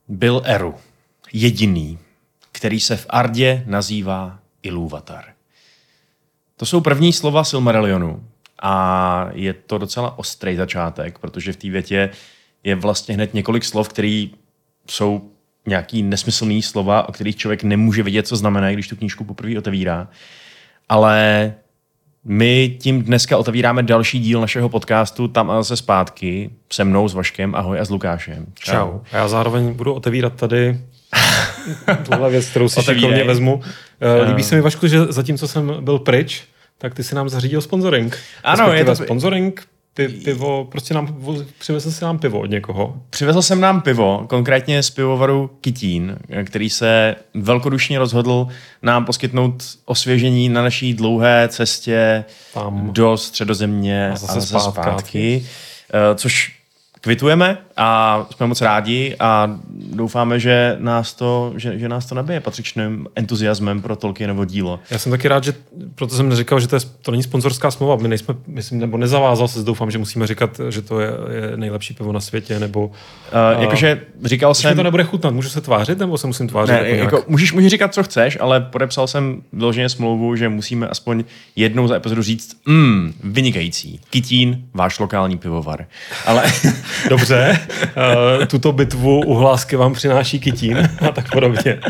Byl Eru, jediný, který se v Ardě nazývá Ilúvatar. To jsou první slova Silmarillionu a je to docela ostrý začátek, protože v té větě je vlastně hned několik slov, které jsou nějaký nesmyslný slova, o kterých člověk nemůže vědět, co znamená, když tu knížku poprvé otevírá. Ale my tím dneska otevíráme další díl našeho podcastu Tam a zase zpátky se mnou, s Vaškem, ahoj, a s Lukášem. Čau. A já zároveň budu otevírat tady tuhle věc, kterou si šikovně vezmu. Líbí se mi, Vašku, že zatímco jsem byl pryč, tak ty si nám zařídil sponsoring. Ano, je to sponsoring, pivo, prostě přivezl si nám pivo od někoho. Přivezl jsem nám pivo, konkrétně z pivovaru Kytín, který se velkodušně rozhodl nám poskytnout osvěžení na naší dlouhé cestě tam do Středozemě a zase zpátky. Což kvitujeme a jsme moc rádi a doufáme, že nás to nabije patřičným entuziasmem pro Tolkienovo dílo. Já jsem taky rád, že proto jsem neříkal, že to není sponzorská smlouva. My nejsme, myslím, nebo nezavázal se, doufám, že musíme říkat, že to je nejlepší pivo na světě, nebo jakože říkal jsem, to nebude chutnat, můžu se tvářit, nebo se musím tvářit? Ne, jako můžeš říkat, co chceš, ale podepsal jsem vyloženě smlouvu, že musíme aspoň jednou za epizodu říct vynikající. Kytín, váš lokální pivovar. Ale dobře, tuto bitvu u Hlásky vám přináší Kytín a tak podobně.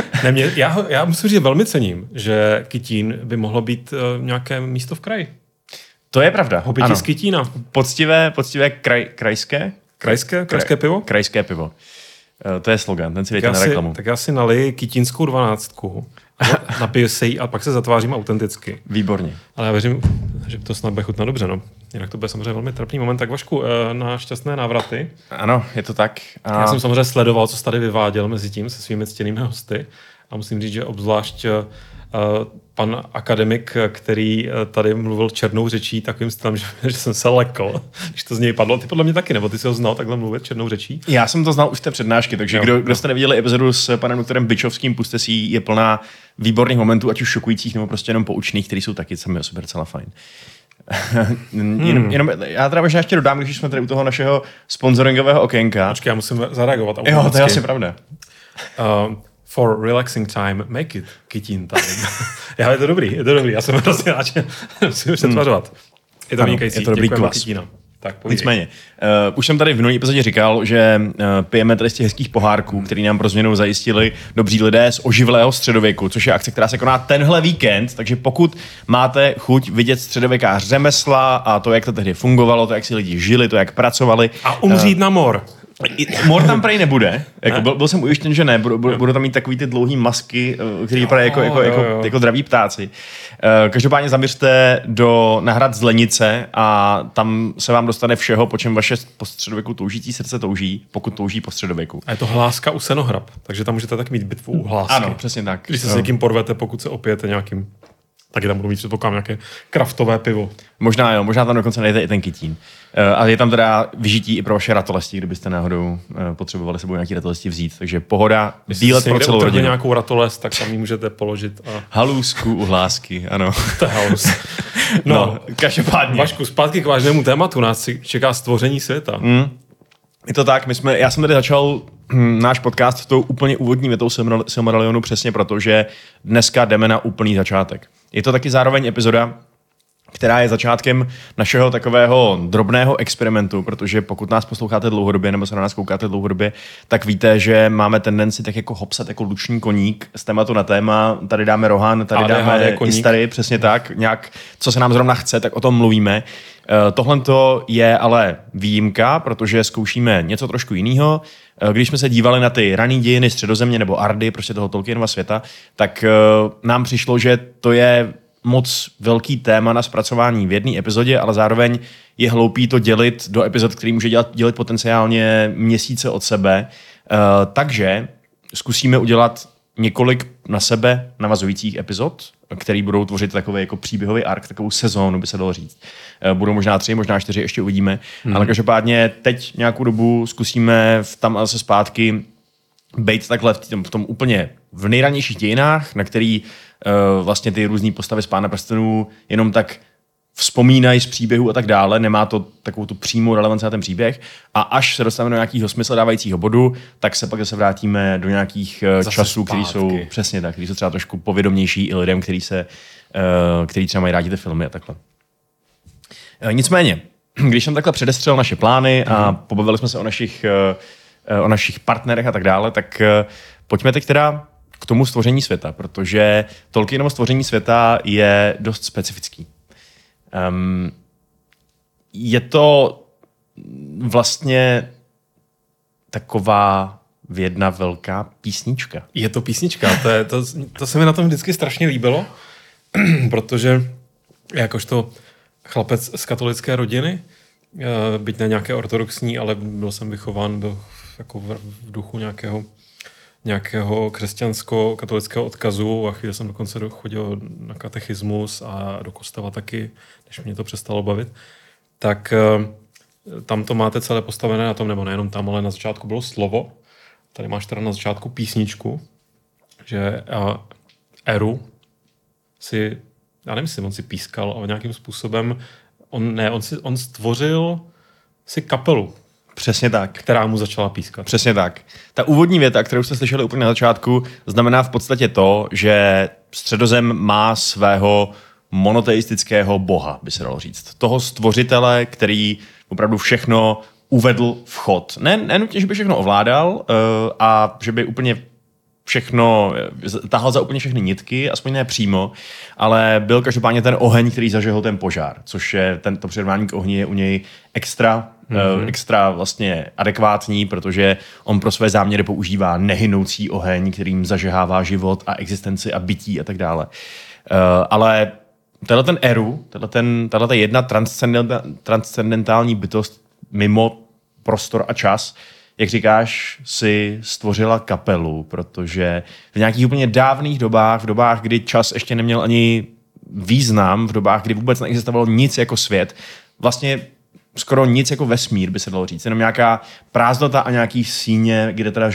Já musím říct, že velmi cením, že Kytín by mohlo být nějaké místo v kraji. To je pravda. Hobiti z Kytína. Poctivé krajské pivo? Krajské pivo. To je slogan, ten si dejte na reklamu. Tak já si naliji kytínskou 12, napiju se jí a pak se zatvářím autenticky. Výborně. Ale já věřím, že to snad bude chutnat dobře, no. Jinak to bude samozřejmě velmi trapný moment. Tak Vašku, na šťastné návraty. Ano, je to tak. Já jsem samozřejmě sledoval, co jsi tady vyváděl mezi tím se svými ctěnými hosty a musím říct, že obzvlášť pan akademik, který tady mluvil černou řečí takovým stylem, že jsem se lekl, když to z něj padlo. Ty podle mě taky, nebo ty jsi ho znal takhle mluvit černou řečí? Já jsem to znal už z té přednášky, takže kdo jste neviděli epizodu s panem doktorem Bičovským, puste si ji, je plná výborných momentů, ať už šokujících, nebo prostě jenom poučných, který jsou taky sami o sobě docela fajn. Jenom, já teda možná ještě dodám, když jsme tady u toho našeho sponsoringového okénka. Počkej, já musím zareagovat. Jo, to je asi pravda. For relaxing time, make it Kytín time. Je to dobrý. Já jsem hrozně rád, že musím už se tvářovat. Je to vynikající. Je to dobrý kvas. Tak, nicméně, už jsem tady v minulý epizodě říkal, že pijeme tady z těch hezkých pohárků, který nám pro změnu zajistili dobří lidé z oživlého středověku, což je akce, která se koná tenhle víkend, takže pokud máte chuť vidět středověká řemesla a to, jak to tehdy fungovalo, to, jak si lidi žili, to, jak pracovali. A umřít na mor. Mor tam prej nebude. Jako, byl jsem ujištěn, že ne. Budou tam mít takový ty dlouhý masky, který vypadají jako draví ptáci. Každopádně zaměřte na hrad Zlenice a tam se vám dostane všeho, po čem vaše po středověku toužící srdce touží, pokud touží po středověku. A je to Hláska u Senohrab, takže tam můžete taky mít bitvu u Hlásky. Ano, přesně tak. Když se s někým porvete, pokud se opijete nějakým, taky tam budou mít předpokládám nějaké kraftové pivo. Možná tam dokonce najdete i ten Kytín. A je tam teda vyžití i pro vaše ratolesti, kdybyste náhodou potřebovali sebou nějaký ratolesti vzít. Takže pohoda, výlet pro celou rodinu. Nějakou ratolest, tak tam ji můžete položit. A... Halůzku u Hlásky, ano. To je halus. No, každopádně. Vašku, zpátky k vážnému tématu, nás čeká stvoření světa. Je to tak, já jsem tady začal náš podcast tou úplně úvodní větou Silmarillionu přesně proto, že dneska jdeme na úplný začátek. Je to taky zároveň epizoda, která je začátkem našeho takového drobného experimentu, protože pokud nás posloucháte dlouhodobě nebo se na nás koukáte dlouhodobě, tak víte, že máme tendenci tak jako hopsat jako luční koník z tématu na téma. Tady dáme Rohan, tady dáme Istary, přesně tak, nějak, co se nám zrovna chce, tak o tom mluvíme. Tohle je ale výjimka, protože zkoušíme něco trošku jiného. Když jsme se dívali na ty raný dějiny Středozemě nebo Ardy, prostě toho Tolkienova světa, tak nám přišlo, že to je moc velký téma na zpracování v jedné epizodě, ale zároveň je hloupý to dělit do epizod, který může dělit potenciálně měsíce od sebe. Takže zkusíme udělat několik na sebe navazujících epizod, které budou tvořit takový jako příběhový ark, takovou sezónu, by se dalo říct. Budou možná 3, možná 4, ještě uvidíme. Ale každopádně teď nějakou dobu zkusíme tam zase zpátky bejt takhle v tom úplně v nejranějších dějinách, na který vlastně ty různý postavy z Pána prstenů jenom tak vzpomínají z příběhu a tak dále, nemá to takovou tu přímou relevanci na ten příběh a až se dostaneme do nějakého smysl dávajícího bodu, tak se pak zase vrátíme do nějakých časů, které jsou přesně tak, které jsou třeba trošku povědomější i lidem, který třeba mají rádi ty filmy a takhle. Nicméně, když jsem takhle předestřel naše plány a pobavili jsme se o našich partnerech a tak dále, tak pojďme teď teda k tomu stvoření světa, protože Tolkienovo stvoření světa je dost specifický. Je to vlastně taková jedna velká písnička. Je to písnička, to se mi na tom vždycky strašně líbilo, protože jakožto chlapec z katolické rodiny, byť ne nějaké ortodoxní, ale byl jsem vychován jako v duchu nějakého křesťansko-katolického odkazu a chvíli jsem dokonce chodil na katechismus a do kostela taky, než mě to přestalo bavit. Tak tam to máte celé postavené na tom, nebo nejenom tam, ale na začátku bylo slovo. Tady máš teda na začátku písničku, že Eru si, já nevím, jestli on si pískal, ale nějakým způsobem on stvořil si kapelu. Přesně tak. Která mu začala pískat. Přesně tak. Ta úvodní věta, kterou jste slyšeli úplně na začátku, znamená v podstatě to, že Středozem má svého monoteistického boha, by se dalo říct. Toho stvořitele, který opravdu všechno uvedl v chod. Ne nutně, že by všechno ovládal a že by úplně všechno, tahal za úplně všechny nitky, aspoň ne přímo, ale byl každopádně ten oheň, který zažehl ten požár, což je to přirovnání k ohni je u něj extra vlastně adekvátní, protože on pro své záměry používá nehynoucí oheň, kterým zažehává život a existenci a bytí a tak dále. Ale ten Eru, tato jedna transcendentální bytost mimo prostor a čas, jak říkáš, si stvořila kapelu, protože v nějakých úplně dávných dobách, v dobách, kdy čas ještě neměl ani význam, v dobách, kdy vůbec neexistovalo nic jako svět, vlastně skoro nic jako vesmír, by se dalo říct, jenom nějaká prázdnota a nějaký síně, kde teda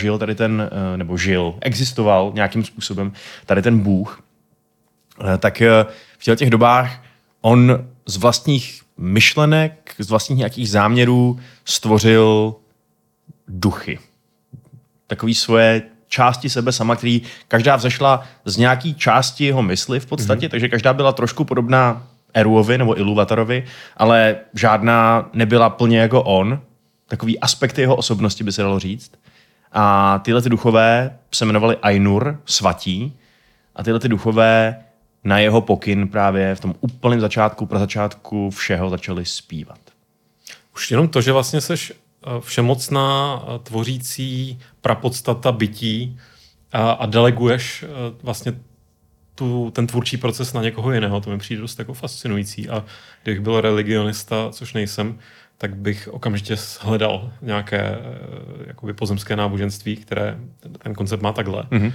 existoval nějakým způsobem tady ten Bůh, tak v těch dobách on z vlastních myšlenek, z vlastních nějakých záměrů stvořil duchy. Takový svoje části sebe sama, který každá vzešla z nějaký části jeho mysli v podstatě, takže každá byla trošku podobná Eruovi nebo Ilúvatarovi, ale žádná nebyla plně jako on. Takový aspekty jeho osobnosti by se dalo říct. A tyhle ty duchové se jmenovali Ainur, svatí, a tyhle ty duchové na jeho pokyn právě v tom úplném začátku, prazačátku všeho začali zpívat. Už jenom to, že vlastně seš všemocná, tvořící prapodstata bytí a deleguješ vlastně ten tvůrčí proces na někoho jiného, to mi přijde dost jako fascinující. A kdybych byl religionista, což nejsem, tak bych okamžitě hledal nějaké jakoby pozemské náboženství, které ten koncept má takhle. Mm-hmm.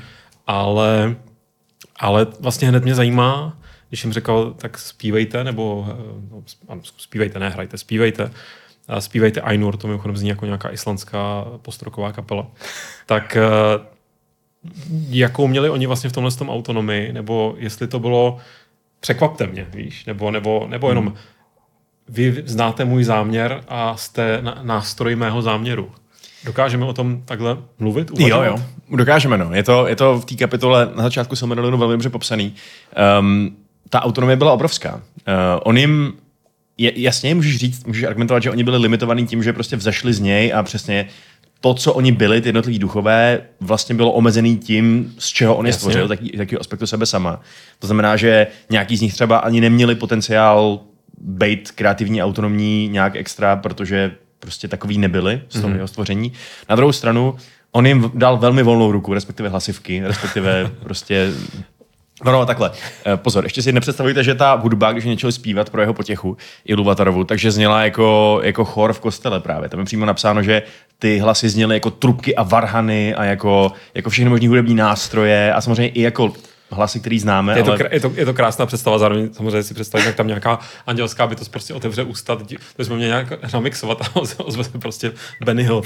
Ale vlastně hned mě zajímá, když jim řekl, tak zpívejte, nebo zpívejte, ne hrajte, zpívejte. Zpívejte Ainur, to mimochodem zní jako nějaká islandská postroková kapela. Tak jakou měli oni vlastně v tomhle tom autonomii, nebo jestli to bylo překvapte mě, víš, nebo jenom vy znáte můj záměr a jste nástroj mého záměru. Dokážeme o tom takhle mluvit? Uvažovat? Jo, dokážeme, no. Je to v té kapitole na začátku Silmarillionu velmi dobře popsaný. Ta autonomie byla obrovská. On jim jasně můžeš argumentovat, že oni byli limitovaní tím, že prostě vzešli z něj a přesně to, co oni byli, ty jednotliví duchové, vlastně bylo omezený tím, z čeho on je stvořil, takého aspektu sebe sama. To znamená, že nějaký z nich třeba ani neměli potenciál být kreativní, autonomní nějak extra, protože prostě takový nebyli z toho jeho stvoření. Na druhou stranu, on jim dal velmi volnou ruku, respektive hlasivky, respektive prostě... No, takhle. Pozor, ještě si nepředstavujte, že ta hudba, když něčeho zpívat pro jeho potěchu, Ilúvatarovu, takže zněla jako chor v kostele právě. Tam je přímo napsáno, že ty hlasy zněly jako trubky a varhany a jako všechny možný hudební nástroje a samozřejmě i jako hlasy, který známe. Je to krásná představa, zároveň samozřejmě si představit, jak tam nějaká andělská bytost prostě otevře ústa, to jsme měli nějak namixovat a ozve se prostě Benny Hill.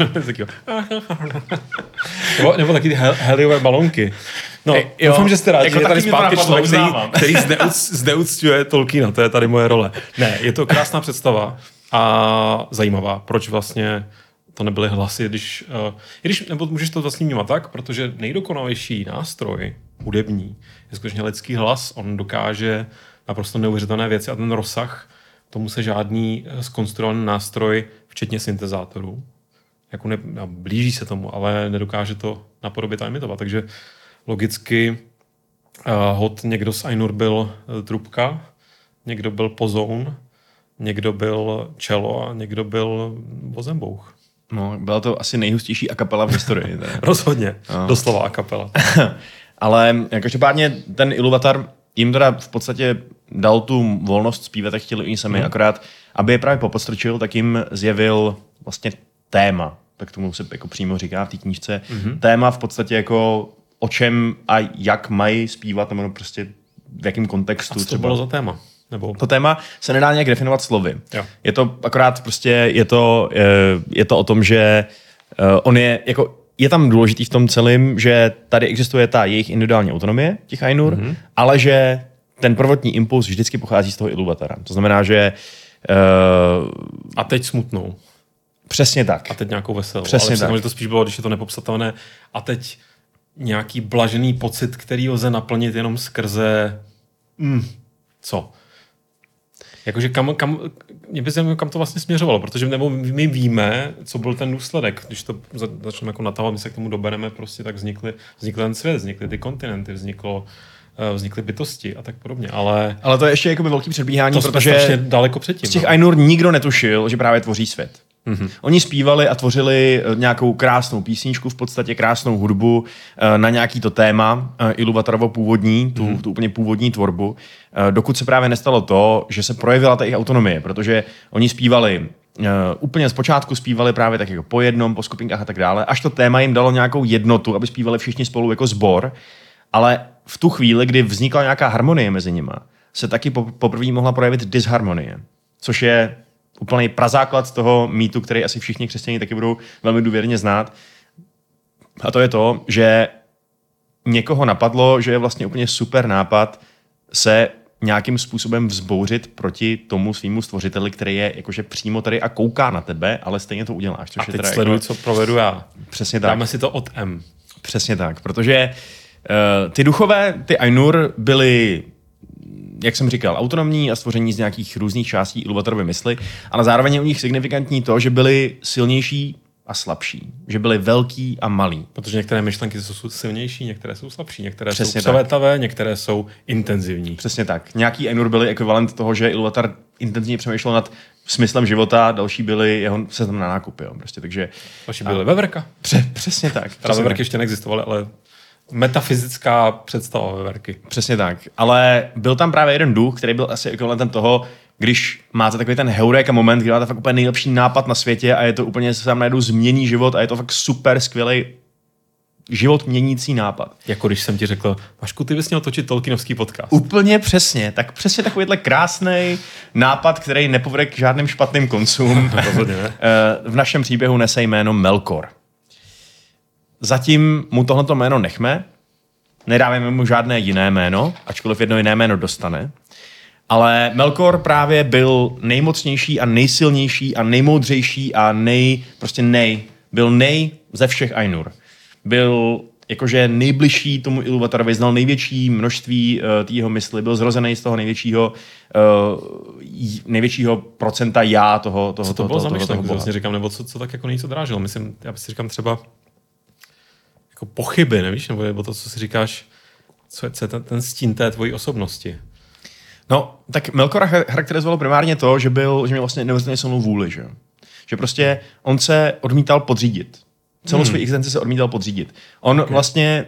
nebo taky heliové balonky. No, doufám, že jste rádi, jako je tady zpátky člověk, který zneucťuje Tolkiena, to je tady moje role. Ne, je to krásná představa a zajímavá. Proč vlastně to nebyly hlasy, nebo můžeš to vlastně vnímat tak, protože nejdokonalejší nástroj hudební je skutečně lidský hlas. On dokáže naprosto neuvěřitelné věci a ten rozsah, tomu se žádný zkonstruovaný nástroj, včetně syntezátorů, jako blíží se tomu, ale nedokáže to napodobit a imitovat. Takže logicky hod někdo z Ainur byl trubka, někdo byl pozoun, někdo byl čelo a někdo byl vozembouch. No, byla to asi nejhustější a kapela v historii. Rozhodně, doslova a kapela. Ale každopádně ten Ilúvatar jim teda v podstatě dal tu volnost zpívat, jak chtěli oni sami, akorát, aby je právě popostrčil, tak jim zjevil vlastně téma, tak tomu se jako přímo říká v té knížce. Téma v podstatě jako o čem a jak mají zpívat, nebo prostě v jakém kontextu. A co to bylo za téma? Nebo... To téma se nedá nějak definovat slovy. Jo. Je to akorát prostě, je to o tom, že on je, jako, je tam důležitý v tom celém, že tady existuje ta jejich individuální autonomie, těch Ainur, ale že ten prvotní impuls vždycky pochází z toho Ilúvatara. To znamená, že... A teď smutnou. Přesně tak. A teď nějakou veselou. Přesně ale tak. že to spíš bylo, když je to nepopsatelné. A teď nějaký blažený pocit, který lze naplnit jenom skrze... Co? Jakože mě by zajímalo, kam to vlastně směřovalo, protože nebo my víme, co byl ten důsledek. Když to začneme jako natahovat, my se k tomu dobereme, prostě tak vznikl ten svět, vznikly ty kontinenty, vznikly bytosti a tak podobně. Ale to je ještě jakoby velký předbíhání, to protože daleko předtím. Z těch Ainur nikdo netušil, že právě tvoří svět. Oni zpívali a tvořili nějakou krásnou písničku, v podstatě krásnou hudbu na nějaký to téma Ilúvatarovo původní, tu úplně původní tvorbu, dokud se právě nestalo to, že se projevila ta jejich autonomie, protože oni zpívali úplně zpočátku zpívali právě tak jako po jednom, po skupinkách a tak dále, až to téma jim dalo nějakou jednotu, aby zpívali všichni spolu jako sbor, ale v tu chvíli, kdy vznikla nějaká harmonie mezi nimi, se taky poprvé mohla projevit disharmonie, což je úplný prazáklad toho mýtu, který asi všichni křesťané taky budou velmi důvěrně znát. A to je to, že někoho napadlo, že je vlastně úplně super nápad se nějakým způsobem vzbouřit proti tomu svýmu stvořiteli, který je jakože přímo tady a kouká na tebe, ale stejně to uděláš. Což a teď je teda sleduj, jako... co provedu já. Přesně tak. Dáme si to od M. Přesně tak, protože ty duchové, ty Ainur byly, jak jsem říkal, autonomní a stvoření z nějakých různých částí Ilúvatarovy mysli, ale zároveň je u nich signifikantní to, že byli silnější a slabší. Že byli velký a malý. Protože některé myšlenky jsou silnější, některé jsou slabší, některé Přesně jsou přelétavé, některé jsou intenzivní. Přesně tak. Nějaký Ainur byli ekvivalent toho, že Ilúvatar intenzivně přemýšlel nad smyslem života, další byli jeho seznam na nákupy. Jo. Prostě, takže... Další byly veverka. Přesně tak. Teda veverky ještě neexistovaly, ale metafyzická představa veverky. Přesně tak. Ale byl tam právě jeden duch, který byl asi ekvivalentem toho, když máte takový ten heureka moment, kdy máte fakt úplně nejlepší nápad na světě a je to úplně, se tam najednou změní život a je to fakt super skvělý život měnící nápad. Jako když jsem ti řekl, Vašku, ty bys měl točit Tolkienovský podcast. Úplně přesně. Tak přesně takovýhle krásný nápad, který nepovede k žádným špatným koncům. Rozhodně ne. V našem příběhu nese jméno Melkor. Zatím mu tohleto jméno nechme, nedáváme mu žádné jiné jméno, ačkoliv jedno jiné jméno dostane. Ale Melkor právě byl nejmocnější a nejsilnější a nejmoudřejší a byl nej ze všech Ainur. Byl jakože nejbližší tomu Ilúvatarovi, znal největší množství té jeho mysli, byl zrozený z toho největšího procenta já toho. Co to bylo za myšlenku, vlastně říkám, nebo co tak jako nejco drážilo? Myslím, já si říkám třeba jako pochyby, nevíš, nebo to, co si říkáš, co je ten stín té tvojí osobnosti. No, tak Melkora charakterizovalo primárně to, že měl vlastně neuvěřitelně silnou vůli, že prostě on se odmítal podřídit. Celou svou existenci se odmítal podřídit. On vlastně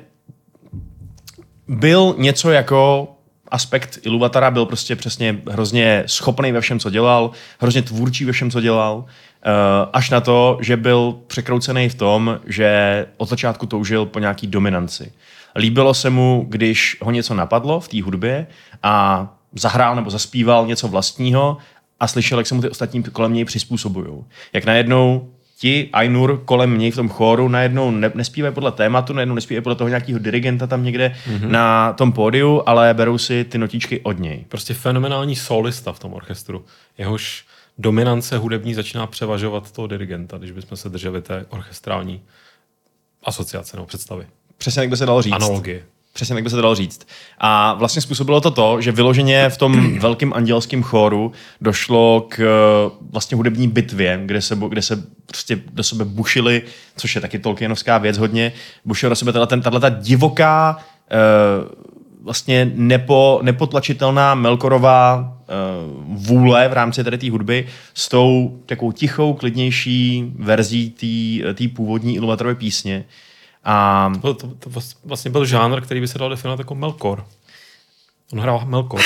byl něco jako aspekt Ilúvatara, byl prostě přesně hrozně schopný ve všem, co dělal, hrozně tvůrčí ve všem, co dělal, až na to, že byl překroucený v tom, že od začátku toužil po nějaký dominanci. Líbilo se mu, když ho něco napadlo v té hudbě a zahrál nebo zaspíval něco vlastního a slyšel, jak se mu ty ostatní kolem něj přizpůsobují. Jak najednou ti Ainur kolem něj v tom chóru najednou nespívají podle tématu, najednou nespívají podle toho nějakého dirigenta tam někde na tom pódiu, ale berou si ty notičky od něj. Prostě fenomenální solista v tom orchestru. Jehož dominance hudební začíná převažovat toho dirigenta, když bychom se drželi té orchestrální asociace nebo představy. Přesně jak by se dalo říct. Analogie. Přesně tak by se dalo říct. A vlastně způsobilo to, že vyloženě v tom velkým andělském chóru došlo k vlastně hudební bitvě, kde se prostě do sebe bušili, což je taky Tolkienovská věc hodně, bušila do sebe tato divoká, vlastně nepotlačitelná Melkorová vůle v rámci tady té hudby s tou takovou tichou, klidnější verzí té původní Ilúvatarové písně. A to vlastně byl žánr, který by se dal definovat jako melkor. On hrál melkor.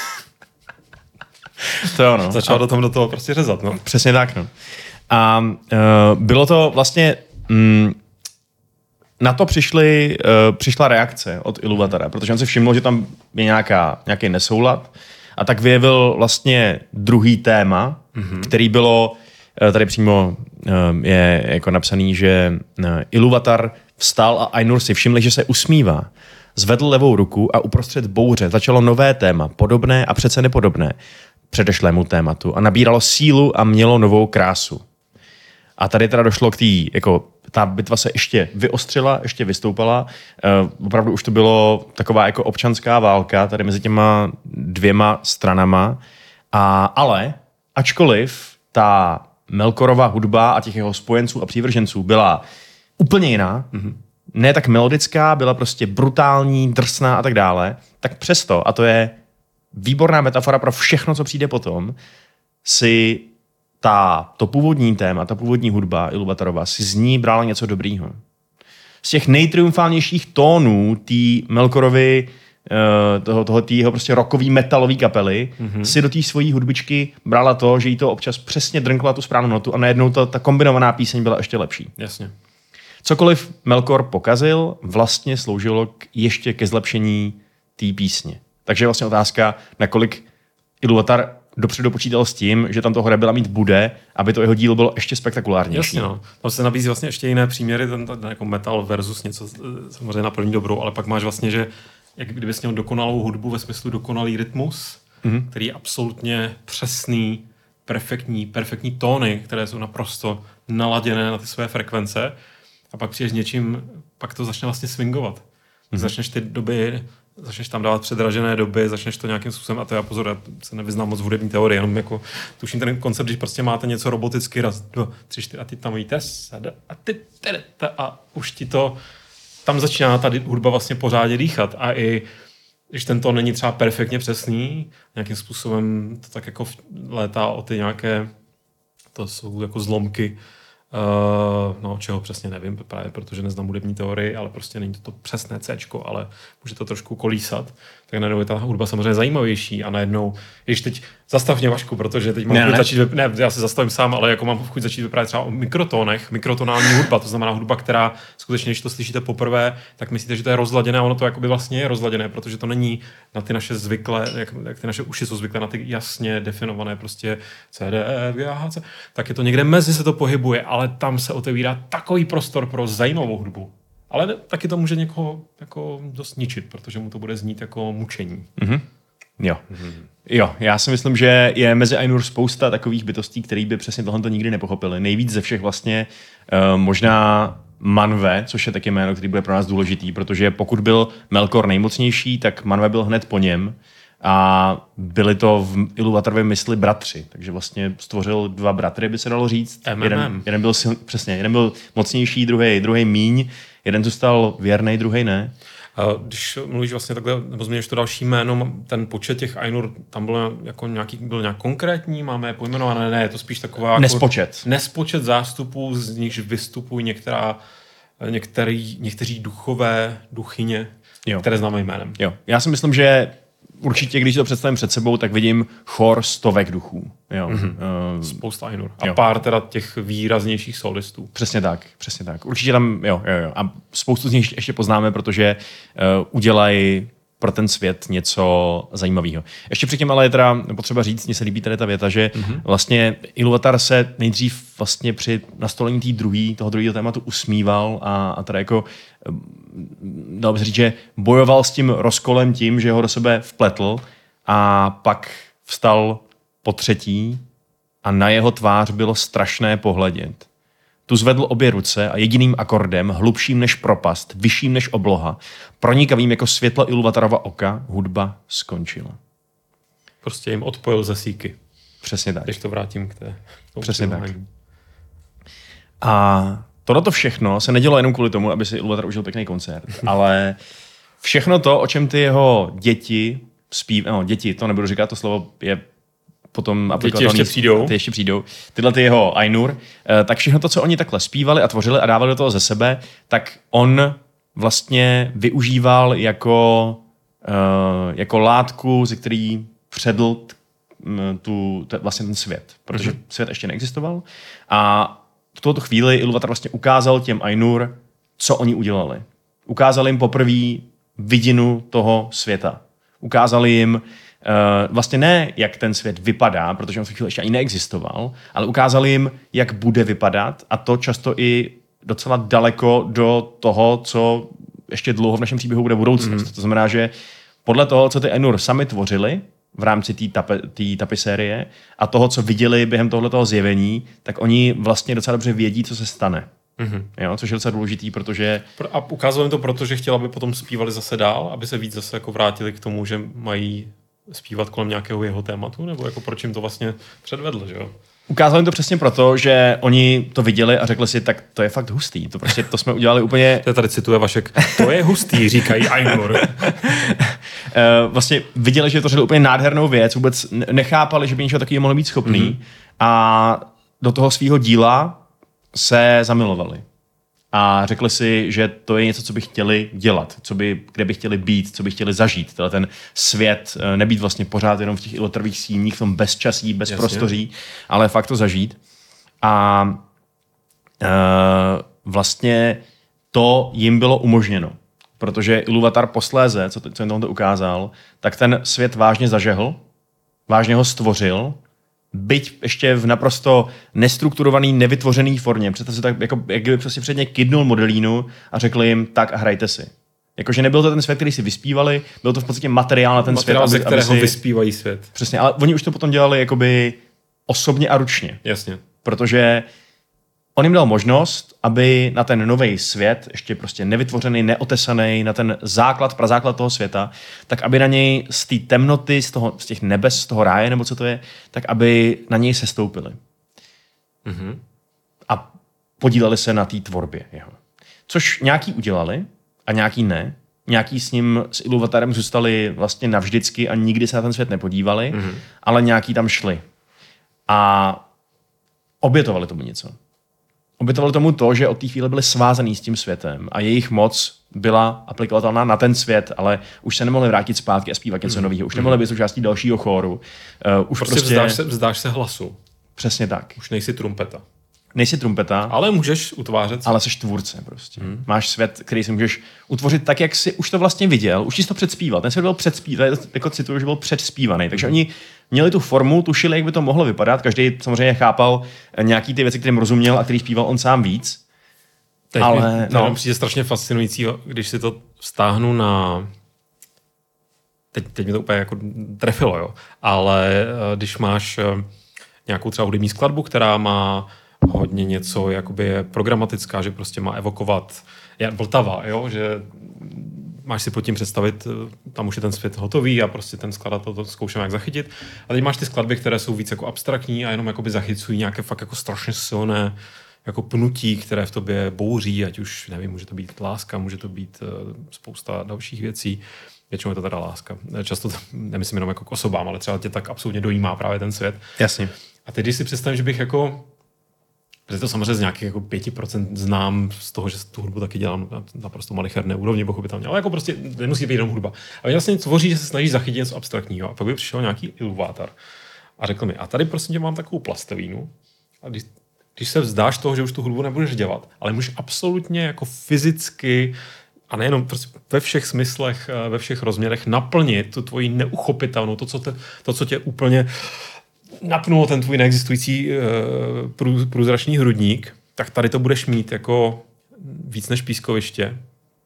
To jo, no. Začal do toho prostě řezat, no. Přesně tak, no. A bylo to vlastně... na to přišla reakce od Ilúvatara, protože on si všiml, že tam je nějaký nesoulad a tak vyjevil vlastně druhý téma, který bylo... Tady přímo je jako napsaný, že Ilúvatar vstal a Ainur si všimli, že se usmívá. Zvedl levou ruku a uprostřed bouře začalo nové téma, podobné a přece nepodobné předešlému tématu a nabíralo sílu a mělo novou krásu. A tady teda došlo k ta bitva se ještě vyostřila, ještě vystoupala. Opravdu už to bylo taková jako občanská válka tady mezi těma dvěma stranama. Ale ačkoliv ta Melkorova hudba a těch jeho spojenců a přívrženců byla úplně jiná, ne tak melodická, byla prostě brutální, drsná a tak dále, tak přesto, a to je výborná metafora pro všechno, co přijde potom, si to původní téma, ta původní hudba Ilúvatarova si z ní brala něco dobrýho. Z těch nejtriumfálnějších tónů té Melkorovy jeho prostě rockový metalový kapely si do té svojí hudbičky brala to, že jí to občas přesně drnkla tu správnou notu a najednou ta kombinovaná píseň byla ještě lepší. Jasně. Cokoliv Melkor pokazil, vlastně sloužilo ještě ke zlepšení té písně. Takže je vlastně otázka, nakolik Ilúvatar dopředu počítal s tím, že tam toho Rebela mít bude, aby to jeho dílo bylo ještě spektakulárnější. Jasně, no. Tam se nabízí vlastně ještě jiné příměry, ten jako metal versus něco samozřejmě na první dobrou, ale pak máš vlastně, že jak kdybys měl dokonalou hudbu ve smyslu dokonalý rytmus, který je absolutně přesný, perfektní tóny, které jsou naprosto naladěné na ty své frekvence a pak přijdeš s něčím, pak to začne vlastně swingovat. Začneš ty doby, začneš tam dávat předražené doby, začneš to nějakým způsobem, a to já pozor, já se nevyznám moc v hudební teorii, jenom jako tuším ten koncept, když prostě máte něco roboticky, 1, 2, 3, 4 a ty tam víte a už ti to tam začíná ta hudba vlastně pořádně dýchat a i když ten tón není třeba perfektně přesný, nějakým způsobem to tak jako létá o ty nějaké, to jsou jako zlomky, čeho přesně nevím, právě protože neznám hudební teorii, ale prostě není to přesné Cčko, ale může to trošku kolísat, tak najednou je ta hudba samozřejmě zajímavější a najednou, když teď zastav mě, Vašku, protože teď mám chuť začít, já se zastavím sám, ale jako mám chuť začít vyprávět třeba o mikrotónech, mikrotonální hudba, to znamená hudba, která skutečně, když to slyšíte poprvé, tak myslíte, že to je rozladěné a ono to jakoby vlastně je rozladěné, protože to není na ty naše zvyklé, jak ty naše uši jsou zvyklé na ty jasně definované prostě C, D, E, G, H, C, tak je to někde mezi se to pohybuje, ale tam se otevírá takový prostor pro zajímavou hudbu. Ale taky to může někoho jako dost ničit, protože mu to bude znít jako mučení. Jo, já si myslím, že je mezi Ainur spousta takových bytostí, které by přesně tohle nikdy nepochopili. Nejvíc ze všech vlastně možná Manwe, což je taky jméno, který bude pro nás důležitý, protože pokud byl Melkor nejmocnější, tak Manwe byl hned po něm a byli to v Ilúvatarově mysli bratři, takže vlastně stvořil 2 bratry, by se dalo říct. Jeden byl jeden byl mocnější, druhý míň, jeden zůstal věrnej, druhý ne. Když mluvíš vlastně takhle, nebo změníš to další jméno, ten počet těch Ainur, tam byl nějak konkrétní, máme je pojmenované, ne, je to spíš taková... Nespočet zástupů, z nichž vystupují někteří duchyně, které známe jménem. Jo, já si myslím, že určitě, když to představím před sebou, tak vidím chor stovek duchů. Jo. Spousta Ainur. A pár teda těch výraznějších solistů. Přesně tak. Určitě tam, jo. A spoustu z nich ještě poznáme, protože udělají pro ten svět něco zajímavého. Ještě předtím ale je teda potřeba říct, mně se líbí tady ta věta, že vlastně Ilúvatar se nejdřív vlastně při nastolení toho druhého tématu usmíval a teda jako dalo by se říct, že bojoval s tím rozkolem tím, že ho do sebe vpletl a pak vstal po třetí a na jeho tvář bylo strašné pohledět. Tu zvedl obě ruce a jediným akordem, hlubším než propast, vyšším než obloha, pronikavým jako světlo Ilúvatarova oka, hudba skončila. Prostě jim odpojil ze síky. Přesně tak. Když to vrátím k té... Přesně tak. A tohleto všechno se nedělo jenom kvůli tomu, aby si Ilúvatar užil pěkný koncert, ale všechno to, o čem ty jeho děti děti, to nebudu říkat, to slovo je potom aplikovatelný. Ty ještě přijdou. Tyhle ty jeho Ainur, tak všechno to, co oni takhle zpívali a tvořili a dávali do toho ze sebe, tak on vlastně využíval jako látku, ze který předl vlastně ten svět. Protože svět ještě neexistoval. A v tuto chvíli Ilúvatar vlastně ukázal těm Ainur, co oni udělali. Ukázal jim poprvé vidinu toho světa. Ukázal jim vlastně ne, jak ten svět vypadá, protože on v chvíli ještě ani neexistoval, ale ukázal jim, jak bude vypadat a to často i docela daleko do toho, co ještě dlouho v našem příběhu bude budoucnost. To znamená, že podle toho, co ty Ainur sami tvořili v rámci té tapisérie a toho, co viděli během tohletoho zjevení, tak oni vlastně docela dobře vědí, co se stane. Jo, což je docela důležitý, protože... A ukázalo jim to proto, že chtěl, aby potom zpívali zase dál, aby se víc zase jako vrátili k tomu, že mají zpívat kolem nějakého jeho tématu, nebo jako proč jim to vlastně předvedl, že jo? Ukázali jim to přesně proto, že oni to viděli a řekli si, tak to je fakt hustý. To jsme udělali úplně... To tady cituje Vašek. To je hustý, říkají Ainur. Vlastně viděli, že to tvořili úplně nádhernou věc, vůbec nechápali, že by něčeho takového mohlo být schopný a do toho svého díla se zamilovali. A řekli si, že to je něco, co by chtěli dělat, kde by chtěli být, co by chtěli zažít. Teda ten svět, nebýt vlastně pořád jenom v těch Ilúvatarových síních, v tom bezčasí, bezprostoří, ale fakt to zažít. A vlastně to jim bylo umožněno. Protože Ilúvatar posléze, co jim tohle ukázal, tak ten svět vážně zažehl, vážně ho stvořil, byť ještě v naprosto nestrukturovaný, nevytvořený formě. Představ si tak, jako, jak kdyby prostě předně kydnul modelínu a řekl jim, tak a hrajte si. Jakože nebyl to ten svět, který si vyspívali, byl to v podstatě materiál na ten svět, ze kterého vyspívají svět. Přesně, ale oni už to potom dělali jakoby osobně a ručně. Jasně. Protože on jim dal možnost, aby na ten nový svět, ještě prostě nevytvořený, neotesaný, na ten prazáklad toho světa, tak aby na něj z té temnoty, z těch nebes, z toho ráje, nebo co to je, tak aby na něj sestoupili. A podíleli se na té tvorbě jeho. Což nějaký udělali a nějaký ne. Nějaký s ním, s Ilúvatarem zůstali vlastně navždycky a nikdy se na ten svět nepodívali, ale nějaký tam šli. A obětovali tomu něco. Obětovali tomu to, že od té chvíle byli svázaný s tím světem a jejich moc byla aplikovatelná na ten svět, ale už se nemohli vrátit zpátky a zpívat něco nového. Už nemohli být součástí dalšího chóru. Už prostě vzdáš se hlasu. Přesně tak. Už nejsi trumpeta. Nejsi trumpeta. Ale můžeš utvářet. Ale jsi tvůrce prostě. Máš svět, který si můžeš utvořit tak, jak jsi už to vlastně viděl. Už jsi to předspíval. Ten svět byl předspívaný, jako cituju, že byl předspívaný. Takže oni měli tu formu, tušili, jak by to mohlo vypadat. Každý samozřejmě chápal nějaký ty věci, kterým rozuměl a který zpíval on sám víc. Teď mi přijde strašně fascinující, když si to vztáhnu na... Teď mi to úplně jako trefilo, jo. Ale když máš nějakou třeba hudební skladbu, která má hodně něco, jakoby je programatická, že prostě má evokovat Vltava, jo, že máš si pod tím představit, tam už je ten svět hotový a prostě ten skladatel to zkoušeme jak zachytit. A teď máš ty skladby, které jsou víc jako abstraktní a jenom jakoby zachycují nějaké fakt jako strašně silné jako pnutí, které v tobě bouří, ať už, nevím, může to být láska, může to být spousta dalších věcí. Většinou je to teda láska. Často to nemyslím jenom jako k osobám, ale třeba tě tak absolutně dojímá právě ten svět. Jasně. A teď, když si představím, že bych jako Protože to samozřejmě z nějakých jako 5% znám z toho, že tu hudbu taky dělám na naprosto malicherné úrovni, pochopitelně. Ale jako prostě nemusí být jenom hudba. A vlastně tvoří, že se snaží zachytit něco abstraktního. A pak by přišel nějaký iluvátor a řekl mi, a tady prostě tě mám takovou plastevínu. A když se vzdáš toho, že už tu hudbu nebudeš dělat, ale můžeš absolutně jako fyzicky a nejenom prostě ve všech smyslech, ve všech rozměrech naplnit tu tvoji neuchopitelnou, to, co tě úplně napnulo ten tvůj neexistující průzračný hrudník, tak tady to budeš mít jako víc než pískoviště.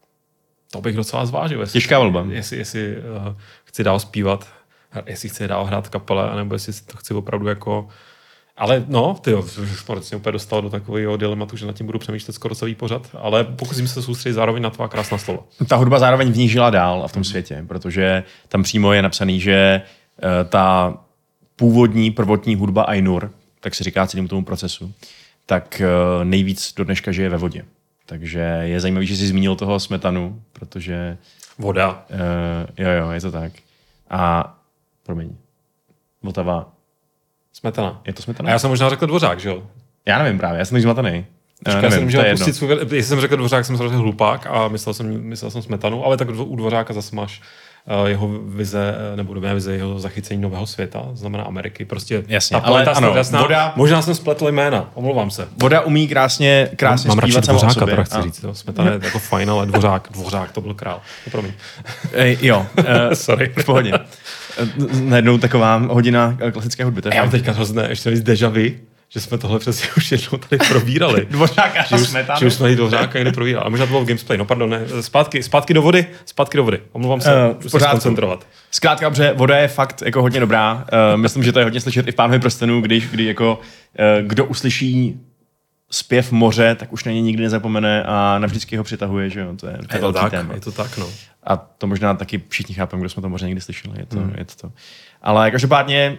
To bych docela zvážil. Těžká volba. Jestli chci dál zpívat, jestli chci dál hrát kapele, anebo jestli to chci opravdu jako... Ale no, tyjo, jsem úplně dostal do takového dilematu, že nad tím budu přemýšlet skoro celý pořad, ale pokusím se soustředit zároveň na tvá krásná slova. Ta hudba zároveň v ní žila dál a v tom světě, protože tam přímo je napsaný, že ta původní, prvotní hudba Ainur, tak se říká celému tomu procesu, tak nejvíc do dneška žije ve vodě. Takže je zajímavý, že jsi zmínil toho Smetanu, protože... Voda. Jo, je to tak. A, promiň, Vltava. Smetana. Je to Smetana? A já jsem možná řekl Dvořák, že jo? Já nevím právě, já jsem zmatený. Já jsem můžel pustit svůj... Jestli jsem řekl Dvořák, jsem řekl hlupák a myslel jsem Smetanu, ale tak u Dvořáka zase máš jeho vize, nebo dobré vize, jeho zachycení nového světa, znamená Ameriky. Prostě jasně, ale ano, voda... Možná jsem spletl jména, omlouvám se. Voda umí krásně mám zpívat sama o sobě. Mám chci říct, Smetana je jako fajn, ale Dvořák, to byl král. Promiň. Jo, sorry. V pohodě. Najednou taková hodina klasické hudby. Já mám teďka hrozné, ještě víc déjà vu, že jsme tohle přesně už jednou tady probírali. Dvořáka a Smetanu. Že už jsme Dvořáka někdy probírali. A možná to bylo v Gamesplay. No pardon, ne. Zpátky do vody. Omlouvám se, musím se koncentrovat. Zkrátka dobře, voda je fakt jako hodně dobrá. Myslím, že to je hodně slyšet i v Pánovi prstenů, kdy jako kdo uslyší zpěv moře, tak už na něj nikdy nezapomene a navždycky ho přitahuje, že jo. To je velký téma. Je to tak, no. A to možná taky všichni chápeme, kdo jsme to moře někdy slyšeli. Je to. Ale každopádně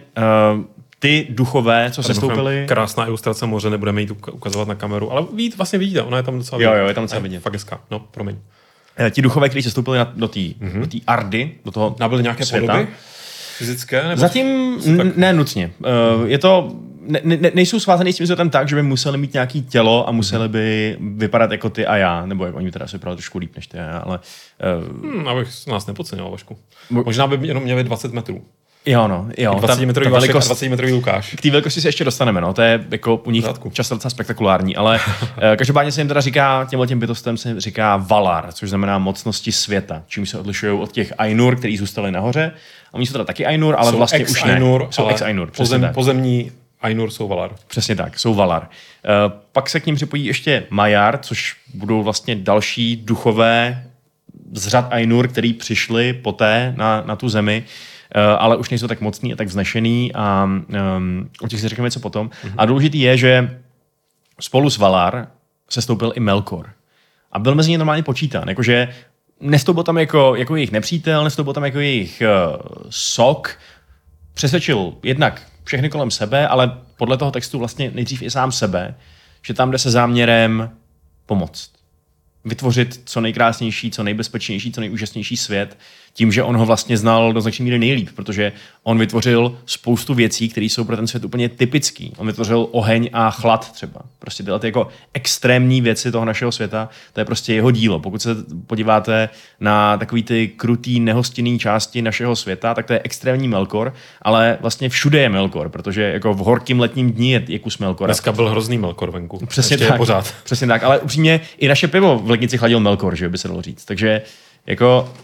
ty duchové, co se stoupili... Krásná ilustrace moře, nebudeme jít ukazovat na kameru, ale vlastně vidíte, ona je tam docela vidět. Jo, je tam docela vidět. Fakt hezká, no, promiň. Ti duchové, kteří se stoupili do té Ardy, do toho nabyly nějaké světa, podoby fyzické? Nebo zatím ne nutně. Je to... nejsou svázaný s tím světem tak, že by museli mít nějaký tělo a museli by vypadat jako ty a já, nebo jako oni teda se vypadali trošku líp než ty a já, ale... Abych nás nepodcenil, Vašku. Možná by jenom měli 20 metrů. Jo. 20-metrový Vašek a 20-metrový Lukáš. K té velikosti se ještě dostaneme, no. To je jako u nich často docela spektakulární, ale každopádně se jim teda říká, těm bytostem se říká Valar, což znamená mocnosti světa, čím se odlišují od těch Ainur, kteří zůstali nahoře. A oni jsou teda taky Ainur, ale jsou vlastně už ne. Jsou ex-Ainur. Pozemní Ainur jsou Valar. Přesně tak, jsou Valar. Pak se k ním připojí ještě Maiar, což budou vlastně další duchové z řad Ainur, který přišli poté na tu zemi, ale už nejsou tak mocný a tak vznešený a o těch si řekneme něco potom. A důležitý je, že spolu s Valar se stoupil i Melkor. A byl mezi ně normálně počítán. Jakože nestoupil tam jako jejich nepřítel, nestoupil tam jako jejich sok. Přesvědčil jednak všechny kolem sebe, ale podle toho textu vlastně nejdřív i sám sebe, že tam jde se záměrem pomoct. Vytvořit co nejkrásnější, co nejbezpečnější, co nejúžasnější svět tím, že on ho vlastně znal do značné míry nejlíp, protože on vytvořil spoustu věcí, které jsou pro ten svět úplně typický. On vytvořil oheň a chlad třeba. Prostě tyhle ty jako extrémní věci toho našeho světa, to je prostě jeho dílo. Pokud se podíváte na takový ty krutý, nehostinný části našeho světa, tak to je extrémní Melkor, ale vlastně všude je Melkor, protože jako v horkým letním dní je kus Melkora. Dneska byl hrozný Melkor venku. Přesně tak. Pořád. Přesně tak, ale upřímně i naše pivo v lednici chladil Melkor, že by se dalo říct. Takže jako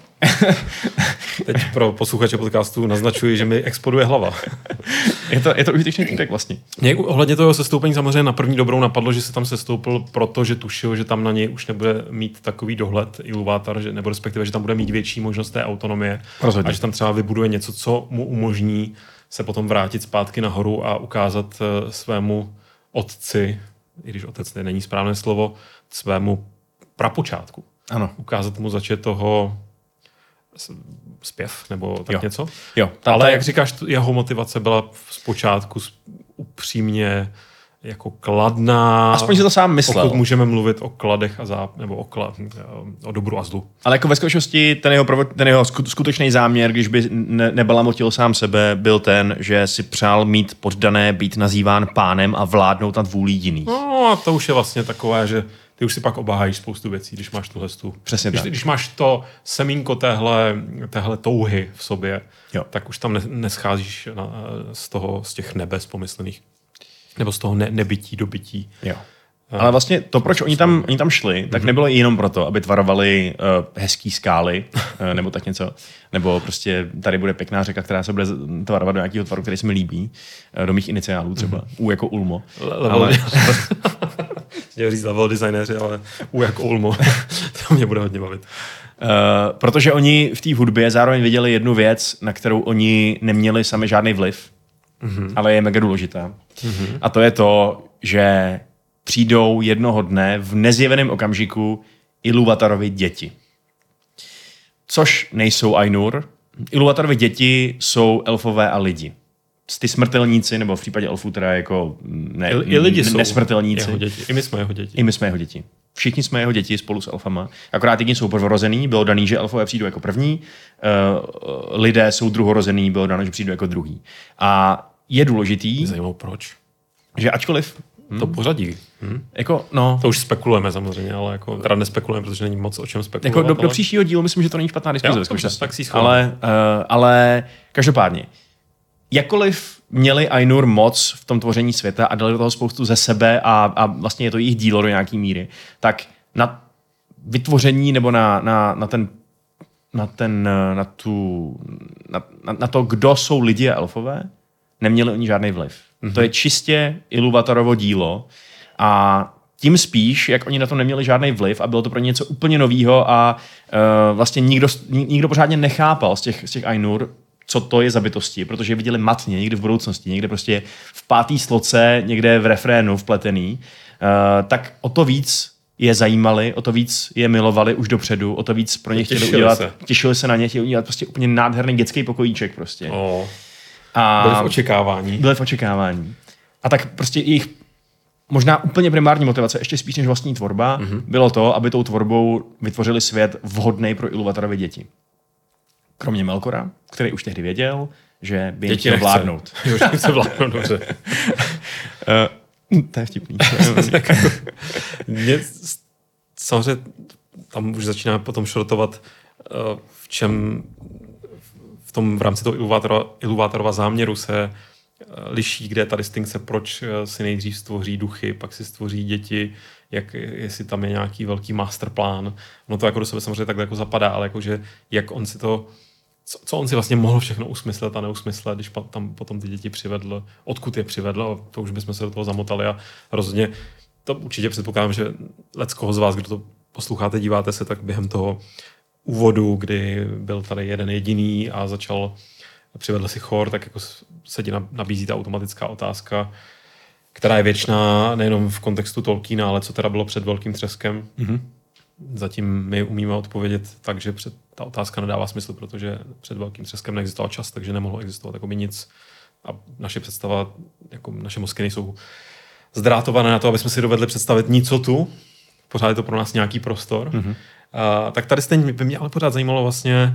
teď pro posluchače podcastu naznačuji, že mi exploduje hlava. je to užitečný týdek vlastně. Mě ohledně toho sestoupení samozřejmě na první dobrou napadlo, že se tam sestoupil, protože tušil, že tam na něj už nebude mít takový dohled Iluvatar, nebo respektive, že tam bude mít větší možnost té autonomie. Rozhodně. A že tam třeba vybuduje něco, co mu umožní se potom vrátit zpátky nahoru a ukázat svému otci, i když otec není správné slovo, svému prapočátku. Ano. Ukázat mu začet toho zpěv nebo tak něco. Jo, ale jak říkáš, jeho motivace byla zpočátku upřímně jako kladná. Aspoň si to sám myslel. Pokud můžeme mluvit o kladech nebo o dobru a zlu. Ale jako ve skutečnosti ten jeho skutečný záměr, když by nebalamotil sám sebe, byl ten, že si přál mít poddané, být nazýván pánem a vládnout nad vůlí jiných. No a to už je vlastně takové, že ty už si pak obáháš spoustu věcí, když máš tuhle Přesně tak. Když máš to semínko téhle touhy v sobě, tak už tam nescházíš z těch nebes pomyslných. Nebo z toho nebytí do bytí. Jo. Ale vlastně to, proč oni tam šli, tak nebylo jenom proto, aby tvarovali hezký skály, nebo tak něco. Nebo prostě tady bude pěkná řeka, která se bude tvarovat do nějakého tvaru, který se mi líbí. Do mých iniciálů třeba. U jako Ulmo. Chtěl říct level designéři, ale U jako Ulmo. To mě bude hodně bavit. Protože oni v té hudbě zároveň viděli jednu věc, na kterou oni neměli sami žádný vliv, ale je mega důležitá. A to je to, že přijdou jednoho dne v nezjeveném okamžiku Ilúvatarovi děti. Což nejsou Ainur. Ilúvatarovi děti jsou elfové a lidi. Ty smrtelníci, nebo v případě elfů teda jako I lidi jsou nesmrtelníci. Jeho děti. I my jsme jeho děti. I my jsme jeho děti. Všichni jsme jeho děti spolu s elfama. Akorát jediní jsou prvorozený, bylo daný, že elfové přijdou jako první, lidé jsou druhorozený, bylo dané, že přijdou jako druhý. A je důležitý... Zajímavé proč. Že ačkoliv... To pořadí. Jako, no... To už spekulujeme samozřejmě, ale jako teda nespekulujeme, protože není moc o čem spekulovat. Jako do příštího dílu myslím, že to není špatná diskuze. Tak si ale každopádně, jakkoliv měli Ainur moc v tom tvoření světa a dali do toho spoustu ze sebe a vlastně je to jejich dílo do nějaký míry, tak na vytvoření nebo na to, kdo jsou lidi a elfové, neměli oni žádný vliv. To je čistě Ilúvatarovo dílo a tím spíš, jak oni na to neměli žádný vliv a bylo to pro ně něco úplně novýho a vlastně nikdo pořádně nechápal z těch Ainur, co to je za bytosti, protože je viděli matně někde v budoucnosti, někde prostě v pátý sloce, někde v refrénu vpletený, tak o to víc je zajímali, o to víc je milovali už dopředu, o to víc pro ně chtěli udělat, těšili se na ně, chtěli udělat prostě úplně nádherný dětský pokojíček prostě. A byli v očekávání. A tak prostě jejich možná úplně primární motivace, ještě spíš než vlastní tvorba, bylo to, aby tou tvorbou vytvořili svět vhodný pro Ilúvatarovy děti. Kromě Melkora, který už tehdy věděl, že by jim chtěl vládnout. Jo, že chce vládnout, dobře. To je vtipný. Samozřejmě tam už začíná potom šrotovat, v rámci toho Ilúvatarova záměru se liší, kde je ta distinkce, proč si nejdřív stvoří duchy, pak si stvoří děti, jestli tam je nějaký velký masterplán. No to jako do sebe samozřejmě takhle jako zapadá, ale jakože jak on si to, co on si vlastně mohl všechno usmyslet a neusmyslet, když tam potom ty děti přivedl, odkud je přivedl, to už bychom se do toho zamotali a rozhodně to určitě předpokládám, že leckoho z vás, kdo to posloucháte, díváte se, tak během toho úvodu, kdy byl tady jeden jediný a přivedl si chor, tak jako se ti nabízí ta automatická otázka, která je věčná nejenom v kontextu Tolkiena, ale co teda bylo před Velkým třeskem. Zatím my umíme odpovědět tak, že ta otázka nedává smysl, protože před Velkým třeskem neexistoval čas, takže nemohlo existovat jakoby nic. A naše představa, jako naše mozky nejsou zdrátované na to, aby jsme si dovedli představit nicotu. Pořád je to pro nás nějaký prostor. Tak tady stejně by mě ale pořád zajímalo vlastně,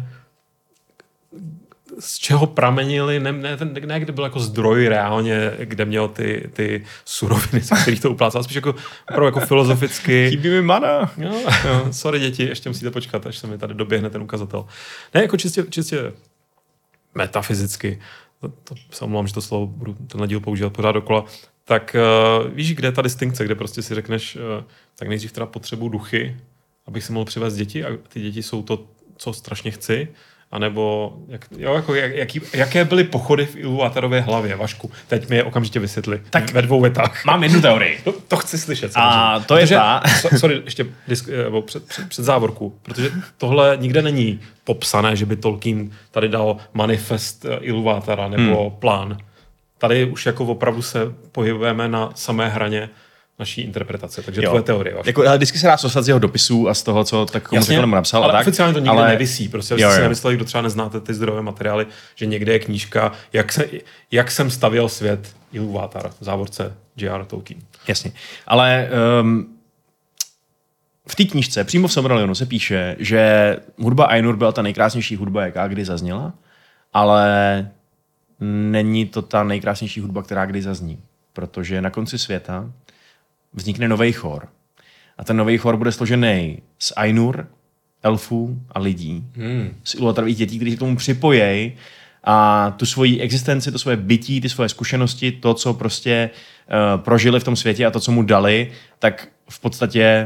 z čeho pramenili, ne kde byl jako zdroj reálně, kde měl ty suroviny, z kterých to uplácal, spíš jako opravdu jako filozoficky. Chybí mi mana. Jo, sorry děti, ještě musíte počkat, až se mi tady doběhne ten ukazatel. Ne, jako čistě metafyzicky, to se omlouvám, že to slovo budu tenhle díl používat pořád dokola, tak víš, kde je ta distinkce, kde prostě si řekneš, tak nejdřív teda potřebuji duchy, abych si mohl přivést děti a ty děti jsou to, co strašně chci, anebo jaké byly pochody v Ilúvatarově hlavě, Vašku? Teď mi je okamžitě vysvětli. Tak ve 2 větách. Mám jednu teorii. To chci slyšet. A to je Sorry, ještě před závorku, protože tohle nikde není popsané, že by Tolkien tady dal manifest Ilúvatara nebo plán. Tady už jako opravdu se pohybujeme na samé hraně naší interpretace, takže tvoje teorie. Jako, ale vždycky se dá sostat z jeho dopisů a z toho, co tak komu řekl, napsal. Ale tak, oficiálně to nikde nevisí. Prostě jste si nemysleli, kdo třeba neznáte ty zdrojové materiály, že někde je knížka, jak jsem stavěl svět Ilúvatar, v závorce J.R. Tolkien. Jasně. Ale v té knížce, přímo v Silmarillionu se píše, že hudba Ainur byla ta nejkrásnější hudba, jaká kdy zazněla, ale není to ta nejkrásnější hudba, která kdy zazní. Protože na konci světa vznikne nový chor. A ten nový chor bude složený z Ainur, elfů a lidí. Z ilúvatárových dětí, kteří k tomu připojí a tu svoji existenci, to svoje bytí, ty svoje zkušenosti, to, co prostě prožili v tom světě a to, co mu dali, tak v podstatě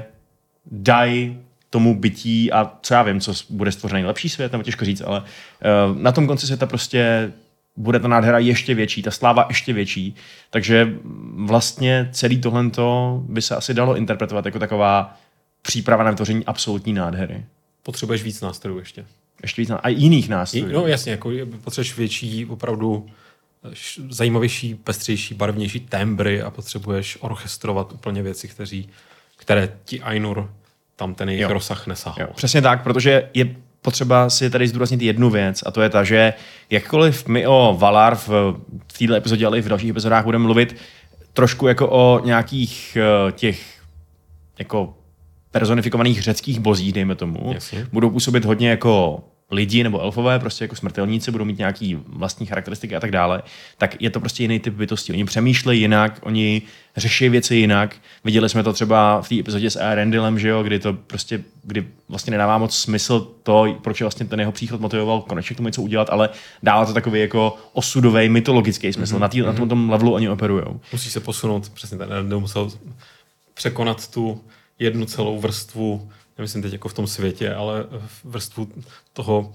dají tomu bytí a co já vím, co bude stvořený lepší svět, nebo těžko říct, ale na tom konci světa prostě bude ta nádhera ještě větší, ta sláva ještě větší. Takže vlastně celý tohleto by se asi dalo interpretovat jako taková příprava na vytvoření absolutní nádhery. Potřebuješ víc nástrojů ještě. Ještě víc a jiných nástrojů. No jasně, jako potřebuješ větší, opravdu zajímavější, pestřejší, barevnější tembry a potřebuješ orchestrovat úplně věci, které ti Ainur tam ten jejich rozsah nesahal. Přesně tak, protože je potřeba si tady zdůraznit jednu věc a to je ta, že jakkoliv my o Valar v této epizodě, ale i v dalších epizodách budeme mluvit trošku jako o nějakých těch jako personifikovaných řeckých bozích, dejme tomu. Jasně. Budou působit hodně jako lidi nebo elfové, prostě jako smrtelníci, budou mít nějaký vlastní charakteristiky a tak dále, tak je to prostě jiný typ bytosti. Oni přemýšlejí jinak, oni řeší věci jinak. Viděli jsme to třeba v té epizodě s Eärendilem, že jo, kdy vlastně nedává moc smysl to, proč vlastně ten jeho příchod motivoval konečně k tomu něco udělat, ale dává to takový jako osudový, mytologický smysl. Na tom levelu oni operujou. Musí se posunout, přesně ten Eärendil musel překonat tu jednu celou vrstvu, nemyslím teď jako v tom světě, ale vrstvu toho,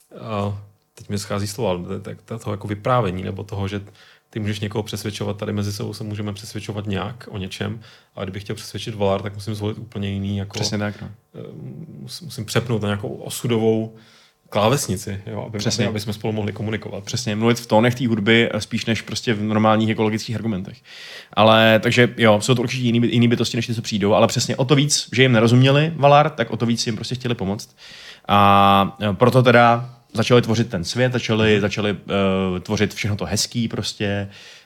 teď mi schází slova, toho jako vyprávění, nebo toho, že ty můžeš někoho přesvědčovat, tady mezi sebou se můžeme přesvědčovat nějak o něčem, ale kdybych chtěl přesvědčit Valar, tak musím zvolit úplně jiný, jako přesně tak, no. Musím přepnout na nějakou osudovou klávesnici, jo, aby jsme spolu mohli komunikovat. Přesně, mluvit v tónech té hudby spíš než prostě v normálních ekologických argumentech. Ale takže jo, jsou to určitě jiný bytosti, než ty, co přijdou, ale přesně o to víc, že jim nerozuměli Valar, tak o to víc jim prostě chtěli pomoct. A proto teda začali tvořit ten svět, začali tvořit všechno to hezký prostě,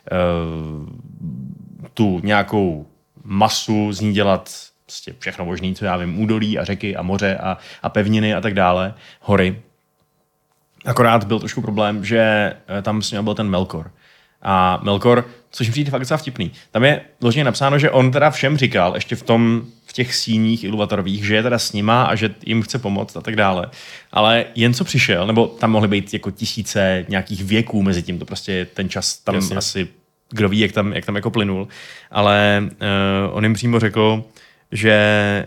tu nějakou masu z ní dělat prostě všechno možný, co já vím, údolí a řeky a moře a pevniny a tak dále, hory. Akorát byl trošku problém, že tam s ním byl ten Melkor. A Melkor, což mi přijde fakt docela vtipný. Tam je vložně napsáno, že on teda všem říkal, ještě v těch síních ilúvatarových, že je teda s nima a že jim chce pomoct a tak dále. Ale jen co přišel, nebo tam mohly být jako tisíce nějakých věků mezi tím, to prostě ten čas tam jasně. Asi kdo ví, jak tam jako plynul. Ale on jim přímo řekl, že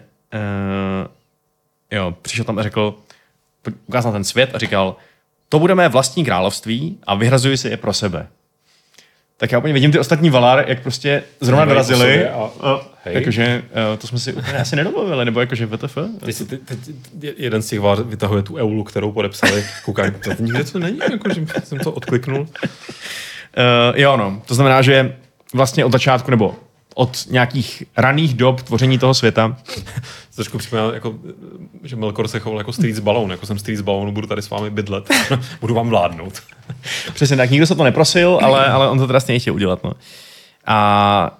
přišel tam a řekl, ukázal ten svět a říkal, to bude mé vlastní království a vyhrazuji si je pro sebe. Tak já úplně vidím ty ostatní Valar, jak prostě zrovna dorazili. Jakože to jsme si úplně asi nedomluvili, nebo jakože WTF. Teď jeden z těch Valar vytahuje tu eulu, kterou podepsali. Koukaj, to nikde to není, jakože jsem to odkliknul. Jo, no. To znamená, že vlastně od začátku, nebo od nějakých raných dob tvoření toho světa. Trošku připomínám, jako, že Melkor se choval jako strýc z balónu. Jako jsem strýc z balónu, budu tady s vámi bydlet. Budu vám vládnout. Přesně tak, nikdo se to neprosil, ale on to teda stejně chtěl udělat. No. A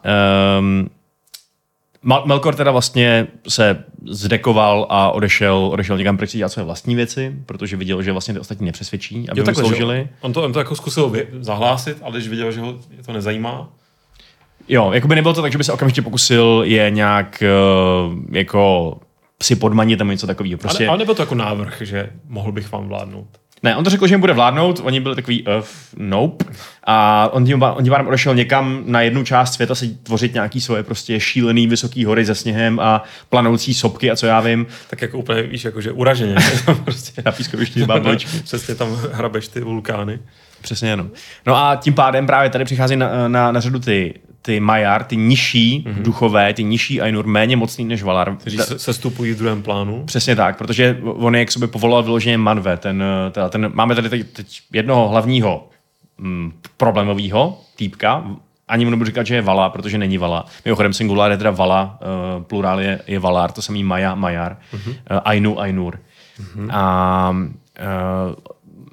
Melkor teda vlastně se zdekoval a odešel někam pryč dělat své vlastní věci, protože viděl, že vlastně ty ostatní nepřesvědčí, aby mu sloužili. On to jako zkusil zahlásit, ale když viděl, že ho to nezajímá. Jo, jako by nebylo to tak, že by se okamžitě pokusil je nějak jako si podmanit nebo něco takového. Prostě... Ale nebyl to jako návrh, že mohl bych vám vládnout. Ne, on to řekl, že jim bude vládnout, oni byli takový nope. A on tím pádem odešel někam na jednu část světa si tvořit nějaký svoje prostě šílený vysoký hory se sněhem a planoucí sopky a co já vím. Tak jako úplně, víš, jakože uraženě. Prostě na pískovišti báboličky. Přesně tam hrabeš ty vulkány. Přesně jenom. No a tím pádem právě tady přichází na řadu ty Maiar, ty nižší duchové, ty nižší Ainur, méně mocný než Valar. Kteří se stupují v druhém plánu. Přesně tak, protože on je k sobě povolal vyloženě Manwe. Máme tady teď jednoho hlavního problémového týpka, ani mu nebudu říkat, že je Vala, protože není Vala. Mimochodem singular je teda Vala, plurál je Valar, to samý Maiar, Ainu, Ainur. A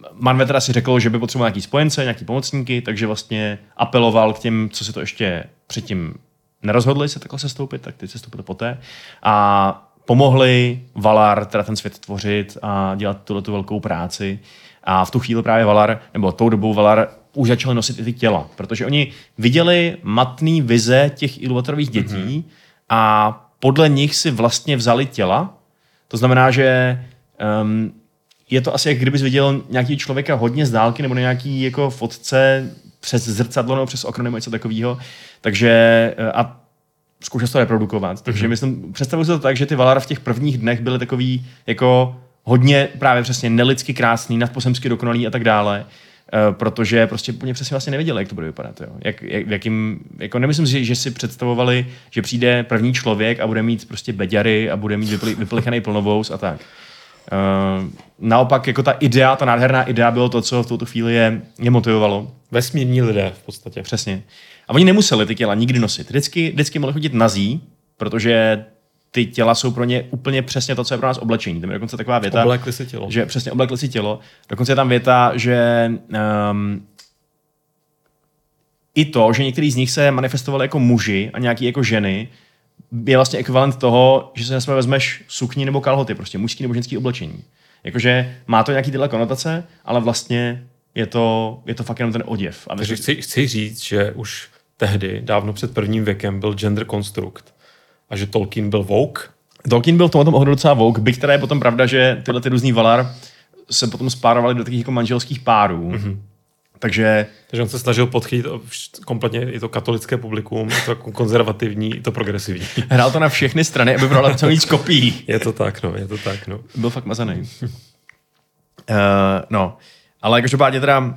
Manvetra si řekl, že by potřeboval nějaký spojence, nějaký pomocníky, takže vlastně apeloval k těm, co si to ještě předtím nerozhodli se takhle sestoupit, tak teď sestoupili poté. A pomohli Valar teda ten svět tvořit a dělat tu velkou práci. A v tu chvíli právě Valar, nebo tou dobou Valar už začali nosit i ty těla, protože oni viděli matný vize těch Ilúvatorových dětí a podle nich si vlastně vzali těla. To znamená, že je to asi, jak kdybys viděl nějaký člověka hodně z dálky nebo na nějaký jako fotce přes zrcadlo nebo přes okno nebo něco takového. Takže a zkoušel to reprodukovat. Takže myslím, představuji si to tak, že ty Valar v těch prvních dnech byly takový jako hodně právě přesně nelidsky krásný, nadpozemsky dokonalý a tak dále. Protože prostě úplně přesně vlastně nevěděli, jak to bude vypadat. Jo. Jako nemyslím si, že si představovali, že přijde první člověk a bude mít prostě beďary a bude mít vyplichaný plnovous a tak. Naopak jako ta idea, ta nádherná idea bylo to, co v tuto chvíli je motivovalo. Vesmírní lidé v podstatě. Přesně. A oni nemuseli ty těla nikdy nosit. Vždycky mohli chodit nazí, protože ty těla jsou pro ně úplně přesně to, co je pro nás oblečení. Tam je dokonce taková věta, oblekli si tělo. Že přesně oblekli si tělo. Dokonce je tam věta, že i to, že některý z nich se manifestovali jako muži a nějaký jako ženy, je vlastně ekvivalent toho, že se na sebe vezmeš sukni nebo kalhoty, prostě mužský nebo ženský oblečení. Jakože má to nějaký tyhle konotace, ale vlastně je to fakt jenom ten oděv. Takže chci říct, že už tehdy, dávno před 1. věkem, byl gender construct a že Tolkien byl woke. Tolkien byl v tomhle ohledu docela woke, byť teda je potom pravda, že tyhle ty různý Valar se potom spárovali do takových jako manželských párů. Takže on se snažil podchytit kompletně i to katolické publikum, i to konzervativní, i to progresivní. Hrál to na všechny strany, aby prodal co víc kopií. Je to tak, no. Byl fakt mazaný. No, ale každopádně teda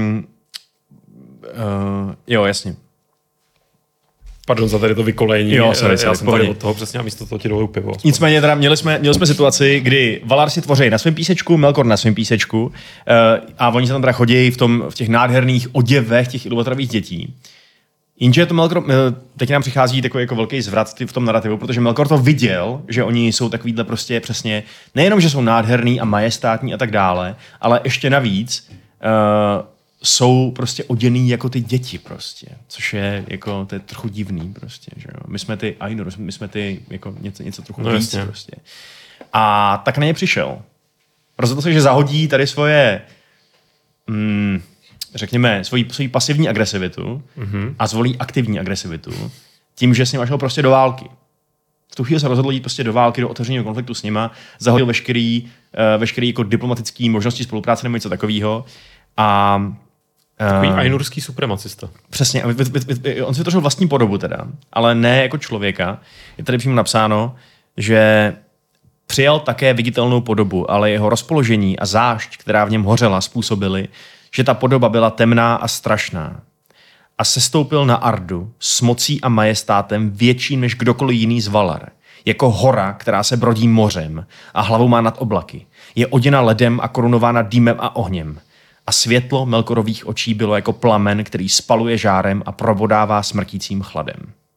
jo, jasně. Pardon za tady to vykolejení. Jo, sorry, já jsem tady od toho přesně a místo toho ti dovolil pivo. Nicméně teda měli jsme situaci, kdy Valar si tvoří na svém písečku, Melkor na svém písečku a oni se tam teda chodí v těch nádherných oděvech těch Ilúvatorových dětí. Jenže to Melkor, teď nám přichází takový jako velký zvrat v tom narrativu, protože Melkor to viděl, že oni jsou takovýhle prostě přesně, nejenom, že jsou nádherný a majestátní a tak dále, ale ještě navíc jsou prostě oděný jako ty děti prostě, což je jako, to je trochu divný prostě, že jo. My jsme ty Ainur, my jsme ty jako něco trochu víc jasně. Prostě. A tak na ně přišel. Rozhodl se, že zahodí tady svoje řekněme, svoji pasivní agresivitu a zvolí aktivní agresivitu tím, že s nima šel prostě do války. V tu chvíli se rozhodl jít prostě do války, do otevřeného konfliktu s nima, zahodil veškerý jako diplomatický možnosti spolupráce nebo něco takového. A takový ainurský supremacista. Přesně. On si vytvořil vlastní podobu teda, ale ne jako člověka. Je tady přímo napsáno, že přijal také viditelnou podobu, ale jeho rozpoložení a zášť, která v něm hořela, způsobily, že ta podoba byla temná a strašná. A sestoupil na Ardu s mocí a majestátem větším než kdokoliv jiný z Valar. Jako hora, která se brodí mořem a hlavu má nad oblaky. Je oděna ledem a korunována dýmem a ohněm. A světlo Melkorových očí bylo jako plamen, který spaluje žárem a probodává smrtícím chladem.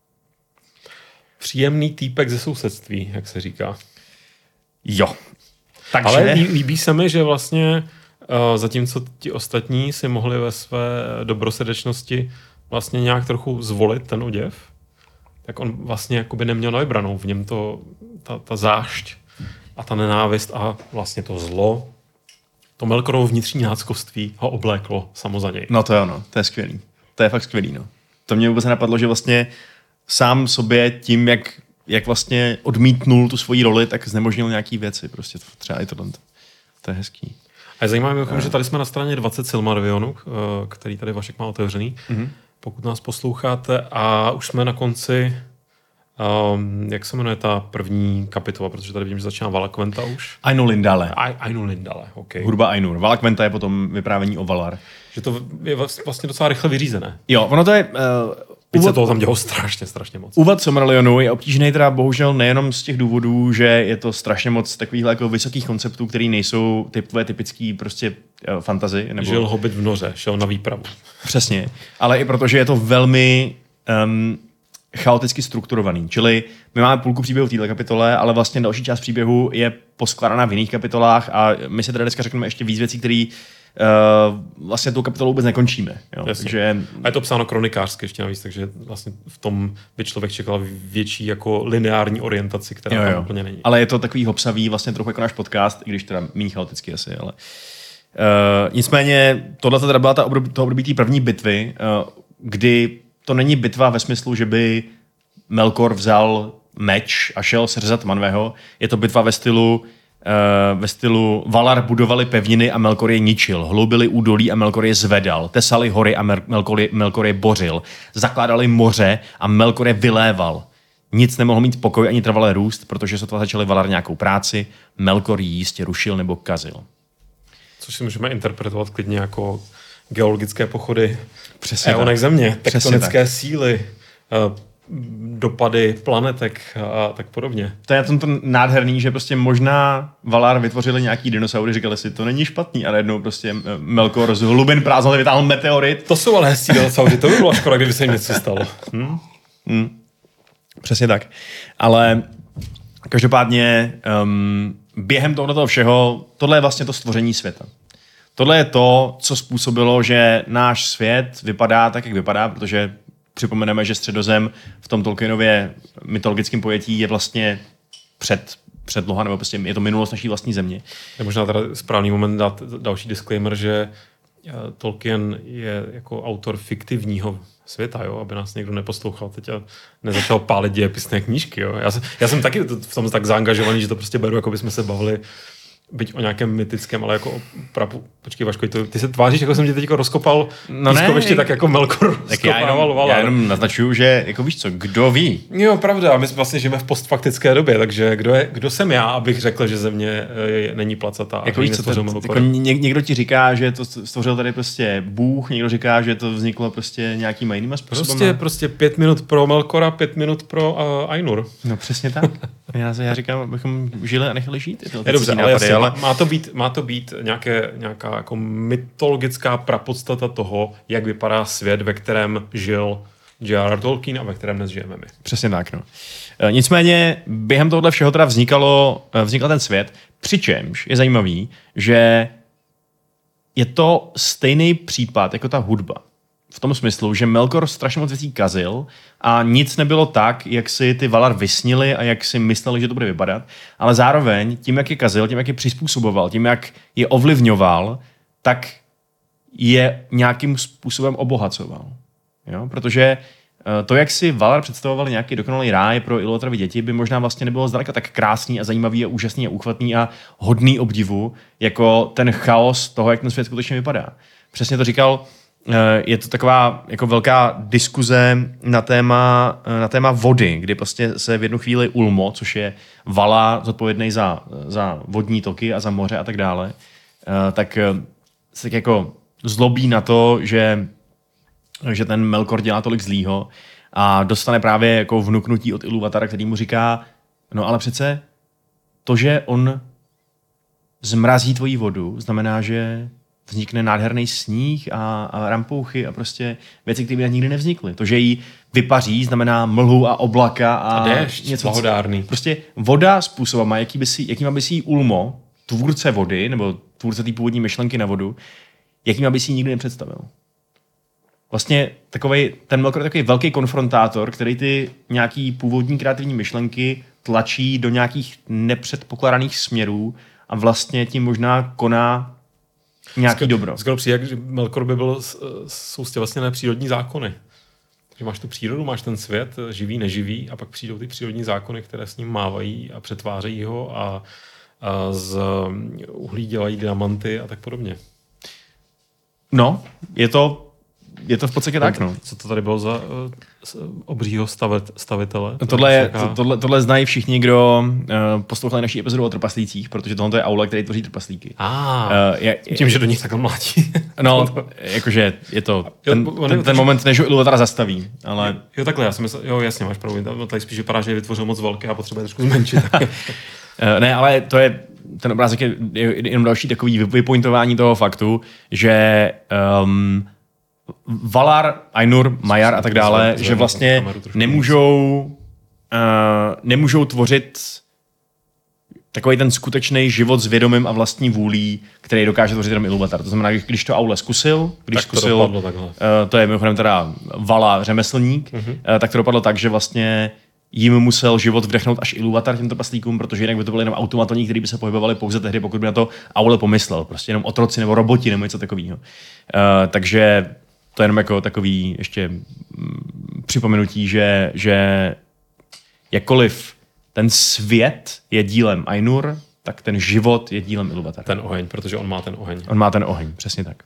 Příjemný týpek ze sousedství, jak se říká. Jo. Takže... Ale líbí se mi, že vlastně zatímco ti ostatní si mohli ve své dobrosrdečnosti vlastně nějak trochu zvolit ten oděv, tak on vlastně jakoby neměl na vybranou. V něm ta zášť a ta nenávist a vlastně to zlo, to Melkorovo vnitřní náckoství ho obléklo samo za něj. No to je ono, to je skvělý. To je fakt skvělý, no. To mě vůbec nenapadlo, že vlastně sám sobě tím, jak vlastně odmítnul tu svoji roli, tak znemožnil nějaký věci. Prostě třeba i tohle. To je hezký. A je zajímavé, že tady jsme na straně 20 Silmarillionu, který tady Vašek má otevřený. Pokud nás posloucháte a už jsme na konci, jak se jmenuje ta první kapitola, protože tady vidím, že začíná Valakventa už. Ainur Lindale. Ainur Lindale, ok. Hudba Ainur. Valakventa je potom vyprávění o Valar. Že to je vlastně docela rychle vyřízené. Jo, ono to je... Teď se toho tam dělo strašně moc. Úvod Silmarillionu je obtížný teda bohužel nejenom z těch důvodů, že je to strašně moc takových jako vysokých konceptů, které nejsou tvoje typický prostě fantasy. Nebo... Žil hobbit v noře, šel na výpravu. Přesně, ale i protože je to velmi chaoticky strukturovaný. Čili my máme půlku příběhu v této kapitole, ale vlastně další část příběhu je poskládaná v jiných kapitolách a my si teda dneska řekneme ještě víc věcí, které vlastně tou kapitolou vůbec nekončíme. Jo? Takže... A je to psáno kronikářsky ještě navíc, takže vlastně v tom by člověk čekal větší jako lineární orientaci, která tam úplně není. Ale je to takový hopsavý, vlastně trochu jako náš podcast, i když teda méně chaoticky asi, ale... nicméně tohle teda byla to období té první bitvy, kdy to není bitva ve smyslu, že by Melkor vzal meč a šel seřezat Manweho. Je to bitva ve stylu Valar budovali pevniny a Melkor je ničil. Hloubili údolí a Melkor je zvedal. Tesali hory a Melkor je bořil. Zakládali moře a Melkor je vyléval. Nic nemohlo mít pokoj ani trvalé růst, protože se to začali Valar nějakou práci. Melkor ji jistě rušil nebo kazil. Což si můžeme interpretovat klidně jako geologické pochody éonek země, tektonické síly, dopady planetek a tak podobně. To je na tomto nádherný, že prostě možná Valar vytvořili nějaký dinosaury, říkali si, to není špatný, a najednou prostě Melkor z hlubin prázdnoty vytáhl meteorit. To jsou ale hezcí dinosaury, to by bylo škoda, kdyby se jim něco stalo. Přesně tak. Ale každopádně během tohoto všeho, tohle je vlastně to stvoření světa. Tohle je to, co způsobilo, že náš svět vypadá tak, jak vypadá, protože připomeneme, že Středozem v tom Tolkienově mytologickém pojetí je vlastně předloha, nebo prostě je to minulost naší vlastní země. Je možná teda správný moment dát další disclaimer, že Tolkien je jako autor fiktivního světa, jo, aby nás někdo neposlouchal teď a nezačal pálit dějepisné knížky. Jo. Já jsem taky v tom tak zaangažovaný, že to prostě beru, jako bychom se bavili byť o nějakém mytickém, ale jako počkej Vaško, ty se tváříš, jako jsem tě teď rozkopal pískoviště, tak jako Melkor rozkopával Valar. Já jenom naznačuju, že jako víš co, kdo ví? Jo, pravda, my vlastně žijeme v postfaktické době, takže kdo jsem já, abych řekl, že země není placatá. Jako víš co, jako někdo ti říká, že to stvořil tady prostě Bůh, někdo říká, že to vzniklo prostě nějakýma jinýma způsoby. Prostě 5 minut pro Melkora, 5 minut pro Ainur. No přesně tak. Já říkám, abychom žili a nechali žít. Dobře, ale má to být nějaká jako mytologická prapodstata toho, jak vypadá svět, ve kterém žil J.R.R. Tolkien a ve kterém dnes žijeme my. Přesně tak, no. Nicméně během tohohle všeho teda vznikl ten svět, přičemž je zajímavý, že je to stejný případ jako ta hudba. V tom smyslu, že Melkor strašně moc věcí kazil a nic nebylo tak, jak si ty Valar vysnili a jak si mysleli, že to bude vypadat, ale zároveň tím, jak je kazil, tím, jak je přizpůsoboval, tím, jak je ovlivňoval, tak je nějakým způsobem obohacoval. Jo? Protože to, jak si Valar představoval nějaký dokonalý ráj pro Ilúvatarvy děti, by možná vlastně nebylo zdaleka tak krásný a zajímavý a úžasný a úchvatný a hodný obdivu, jako ten chaos toho, jak ten svět skutečně vypadá. Přesně to říkal. Je to taková jako velká diskuze na téma vody, kdy prostě se v jednu chvíli Ulmo, což je vala zodpovědný za vodní toky a za moře a tak dále, tak se tak jako zlobí na to, že ten Melkor dělá tolik zlýho a dostane právě jako vnuknutí od Ilúvatara, který mu říká, no ale přece to, že on zmrazí tvoji vodu, znamená, že vznikne nádherný sníh a rampouchy a prostě věci, které by nikdy nevznikly. To, že jí vypaří, znamená mlhu a oblaka a déšť, něco blahodárný. Prostě voda způsobama, jakýma by si jí Ulmo, tvůrce vody, nebo tvůrce té původní myšlenky na vodu, jakýma by si ji nikdy nepředstavil. Vlastně ten Melkor je takový velký konfrontátor, který ty nějaký původní kreativní myšlenky tlačí do nějakých nepředpokládaných směrů a vlastně tím možná koná nějaký dobro. Skoro přijde, že Melkor by byl soustě vlastně nepřírodní zákony. Takže máš tu přírodu, máš ten svět, živý, neživý, a pak přijdou ty přírodní zákony, které s ním mávají a přetvářejí ho a z uhlí dělají diamanty a tak podobně. No, je to v podstatě tak, no. Co to tady bylo za obřího stavitele? Tohle znají všichni, kdo poslouchali naší epizodu o trpaslících, protože tohle je aule, který tvoří trpaslíky. Tím, že do nich takhle mlátí. No, jakože je to ten moment, než ho Ilúvatar zastaví. Ale... Jo, takhle, já jsem myslel, jo, jasně, máš pravdu. Tady spíš vypadá, že je vytvořil moc velké a potřebuje trošku zmenšit. Ne, ale to je, ten obrázek je jenom další takový vypointování toho faktu, že Valar, Ainur, Maiar a tak dále, že vlastně nemůžou tvořit takový ten skutečný život s vědomím a vlastní vůlí, který dokáže tvořit jenom Iluvatar. To znamená, když to Aule zkusil, to je mimochodem teda Vala řemeslník, tak to dopadlo tak, že vlastně jim musel život vdechnout až Iluvatar těm trpaslíkům, protože jinak by to byly jenom automatoni, kteří by se pohybovali pouze tehdy, pokud by na to Aule pomyslel. Prostě jenom otroci nebo roboti nebo něco takového. Takže to je jenom jako takový ještě připomenutí, že jakkoliv ten svět je dílem Ainur, tak ten život je dílem Iluvatara. Ten oheň, protože on má ten oheň. On má ten oheň, přesně tak.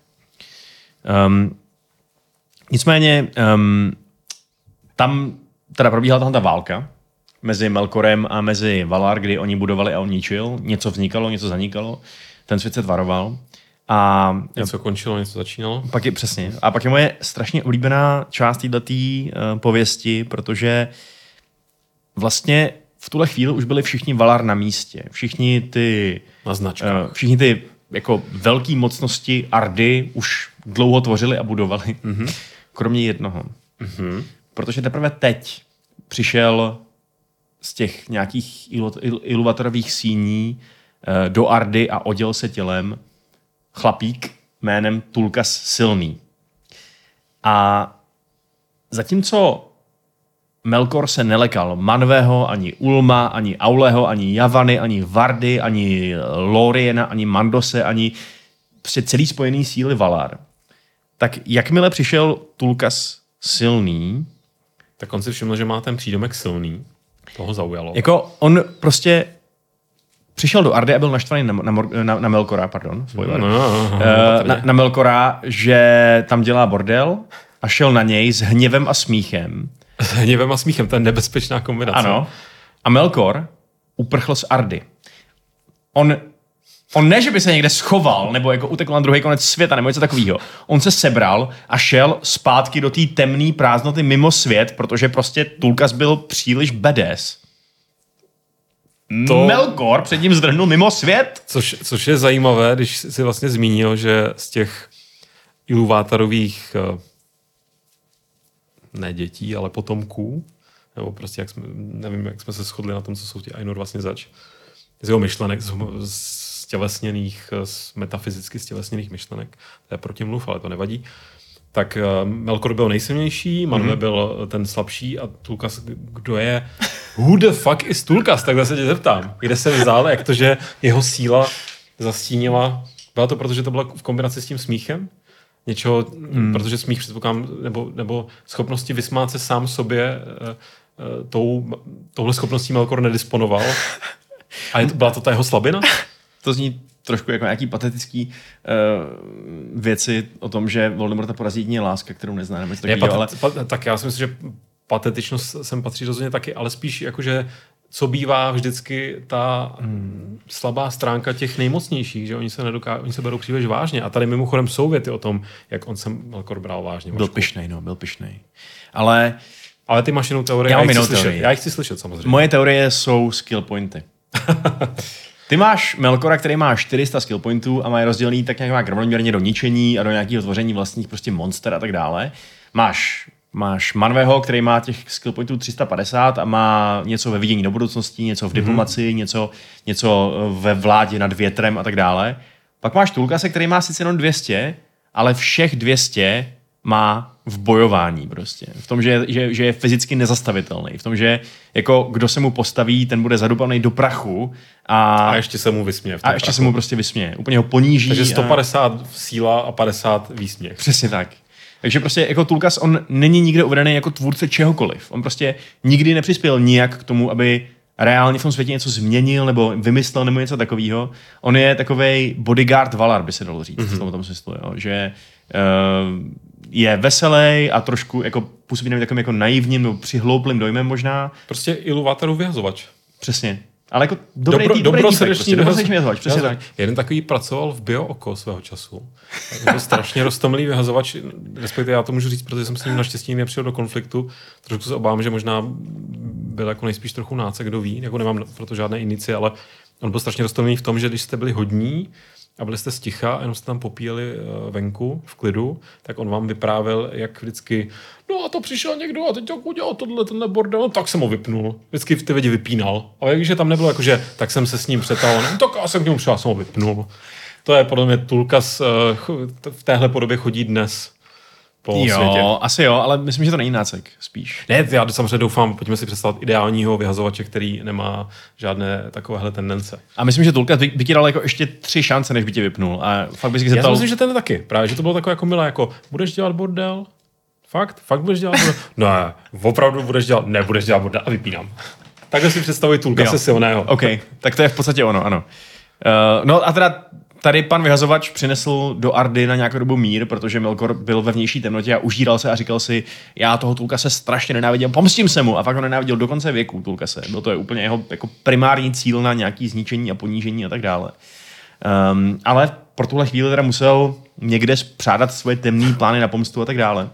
Nicméně tam teda probíhala ta válka mezi Melkorem a mezi Valar, kdy oni budovali a on ničil. Něco vznikalo, něco zanikalo. Ten svět se tvaroval. A něco končilo, něco začínalo. Přesně. A pak je moje strašně oblíbená část této pověsti, protože vlastně v tuhle chvíli už byli všichni Valar na místě. Všichni ty jako velké mocnosti Ardy už dlouho tvořili a budovali. Kromě jednoho. Protože teprve teď přišel z těch nějakých Iluvatarových síní do Ardy a oděl se tělem chlapík jménem Tulkas Silný. A zatímco Melkor se nelekal Manveho, ani Ulma, ani Auleho, ani Javany, ani Vardy, ani Loriena, ani Mandose, ani prostě celý spojený síly Valar. Tak jakmile přišel Tulkas Silný, tak on si všiml, že má ten přídomek Silný. Toho zaujalo. Jako on prostě přišel do Ardy a byl naštvaný na Melkora, pardon. Na Melkora, že tam dělá bordel a šel na něj s hněvem a smíchem. S hněvem a smíchem, to je nebezpečná kombinace. Ano. A Melkor uprchl z Ardy. On ne, že by se někde schoval, nebo jako utekl na druhý konec světa, nebo něco takového. On se sebral a šel zpátky do té temné prázdnoty mimo svět, protože prostě Tulkas byl příliš badass. Melkor před ním zdrhnul mimo svět. Což je zajímavé, když si vlastně zmínil, že z těch Ilúvátarových ne dětí, ale potomků, nebo prostě nevím, jak jsme se shodli na tom, co jsou ti Ainur vlastně zač. Z jeho myšlenek, stělesněných, metafyzicky stělesněných myšlenek. To je protimluv, ale to nevadí. Tak Melkor byl nejsilnější, Manwe byl ten slabší a Tulkas, kdo je? Who the fuck is Tulkas? Tak se tě zeptám. Kde se vzal, jak to, že jeho síla zastínila? Byla to proto, že to bylo v kombinaci s tím smíchem? Něčeho, protože smích předpokládám, nebo schopnosti vysmát se sám sobě, touhle schopností Melkor nedisponoval. A byla to ta jeho slabina? To zní trošku jako nějaký patetický věci o tom, že Voldemorta porazí jedině láska, kterou nezná. Nebo tak já si myslím, že patetičnost sem patří rozhodně taky, ale spíš jakože co bývá vždycky ta slabá stránka těch nejmocnějších, že oni se berou příliš vážně. A tady mimochodem jsou věty o tom, jak on se Melkor bral vážně. Byl pyšnej. Ale ty máš jinou teorii, já ji chci slyšet samozřejmě. Moje teorie jsou skill pointy. Ty máš Melkora, který má 400 skill pointů a má je rozdělený tak nějak rovnoměrně do ničení a do nějakého tvoření vlastních prostě monster a tak dále. Máš Manveho, který má těch skill pointů 350 a má něco ve vidění do budoucnosti, něco v diplomacii, něco ve vládě nad větrem a tak dále. Pak máš Tulkase, který má sice jenom 200, ale všech 200 má v bojování prostě. V tom, že je fyzicky nezastavitelný. V tom, že jako kdo se mu postaví, ten bude zadupaný do prachu a ještě se mu vysměje. A ještě se mu prostě vysměje. Úplně ho poníží. Takže 150 síla a 50 výsměch. Přesně tak. Takže prostě jako Tulkas, on není nikde uvedený jako tvůrce čehokoliv. On prostě nikdy nepřispěl nijak k tomu, aby reálně v tom světě něco změnil nebo vymyslel nebo něco takového. On je takovej bodyguard Valar, by se dalo říct v tom smyslu, jo? Že je veselý a trošku jako působí takovým jako naivním nebo přihlouplým dojmem možná. Prostě Ilúvatarův vyhazovač. Přesně. Ale jako dobrosrdečný vyhazovač. Přesně tak. Jeden takový pracoval v BioOko svého času. To strašně roztomilý vyhazovač, respektive já to můžu říct, protože jsem s ním naštěstí nepřijel do konfliktu. Trošku se obávám, že možná byl jako nejspíš trochu náce, kdo ví. Jako nemám proto žádné indicie, ale on byl strašně roztomilý v tom, že když jste byli hodní a byli jste sticha a jenom jste tam popíjeli venku v klidu, tak on vám vyprávěl, jak vždycky, no a to přišel někdo a teď jak udělal tenhle bordel, no, tak jsem ho vypnul. Vždycky v ty vědi vypínal. A jakže tam nebylo jakože, tak jsem se s ním přetal, no, tak já jsem k němu přišel, jsem ho vypnul. To je podle mě Tulkas v téhle podobě chodí dnes po světě. Asi jo, ale myslím, že to není nácek, spíš. Ne, já samozřejmě doufám, pojďme si představit ideálního vyhazovače, který nemá žádné takovéhle tendence. A myslím, že Tulkas by ti dal jako ještě 3 šance, než by tě vypnul. A fakt bys se Já myslím, že ten taky. Právě, že to bylo takové jako milé, jako budeš dělat bordel? Fakt budeš dělat bordel? Ne, opravdu nebudeš dělat bordel a vypínám. Takhle si představuji Tulkase silného. OK, tak to je v podstatě ono, ano. No a teda tady pan vyhazovač přinesl do Ardy na nějakou dobu mír, protože Melkor byl ve vnější temnotě a užíral se a říkal si, já toho Tulkase strašně nenáviděl, pomstím se mu a fakt ho nenáviděl do konce věku Tulkase. Byl to úplně jeho jako primární cíl na nějaký zničení a ponížení a tak dále. Ale pro tuhle chvíli teda musel někde spřádat svoje temné plány na pomstu a tak dále.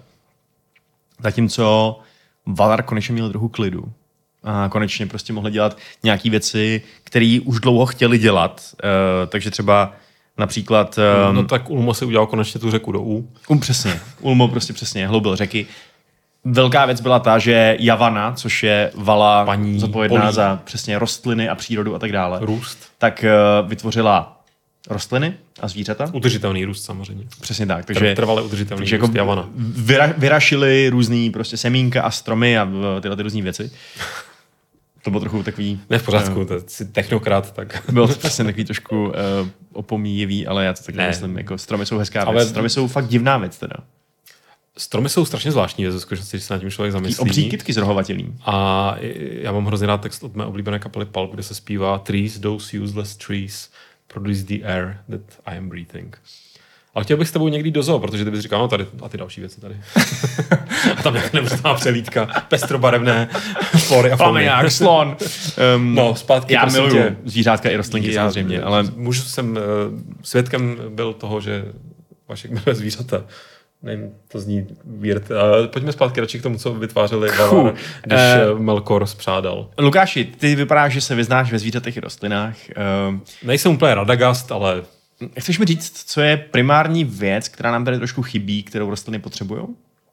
Zatímco Valar konečně měl trochu klidu. A konečně prostě mohli dělat nějaký věci, které už dlouho chtěli dělat. Takže třeba například... No tak Ulmo si udělal konečně tu řeku do U. Přesně. Ulmo prostě přesně hloubil řeky. Velká věc byla ta, že Yavanna, což je vala paní zodpovědná polí za přesně rostliny a přírodu a tak dále, růst, tak vytvořila rostliny a zvířata. Udržitelný růst samozřejmě. Přesně tak. Takže trvale udržitelný takže růst jako Yavanna. Vyrašili různý prostě semínka a stromy a tyhle ty různý věci. To bylo trochu takový... Ne, v pořádku, to jsi technokrat, tak... Bylo to přesně takový trošku opomíjivý, ale já to tak nemyslím. Jako stromy jsou hezká věc. Stromy jsou fakt divná věc teda. Stromy jsou strašně zvláštní věc, zkušenosti, když se na tím člověk zamyslí. Obří kytky s rohovatělým. A já mám hrozně rád text od mé oblíbené kapely Pulp, kde se zpívá Trees, those useless trees, produce the air that I am breathing. Ale chtěl bych s tebou někdy do zoo, protože ty bys říkal, no tady a ty další věci tady. A tam nějaká neustálá přelídka, pestrobarevné flory a fauny. Plameňák, slon. No, zpátky, já miluju tě, zvířátka i rostlinky samozřejmě, ale... Můžu jsem svědkem byl toho, že Vašek miluje zvířata. Nevím, to zní weird. Pojďme zpátky radši k tomu, co vytvářeli Valar, když Melkor spřádal. Lukáši, ty vypadáš, že se vyznáš ve zvířatech i rostlinách. Nejsem úplně Radagast, ale... Chceš mi říct, co je primární věc, která nám tady trošku chybí, kterou rostliny potřebují?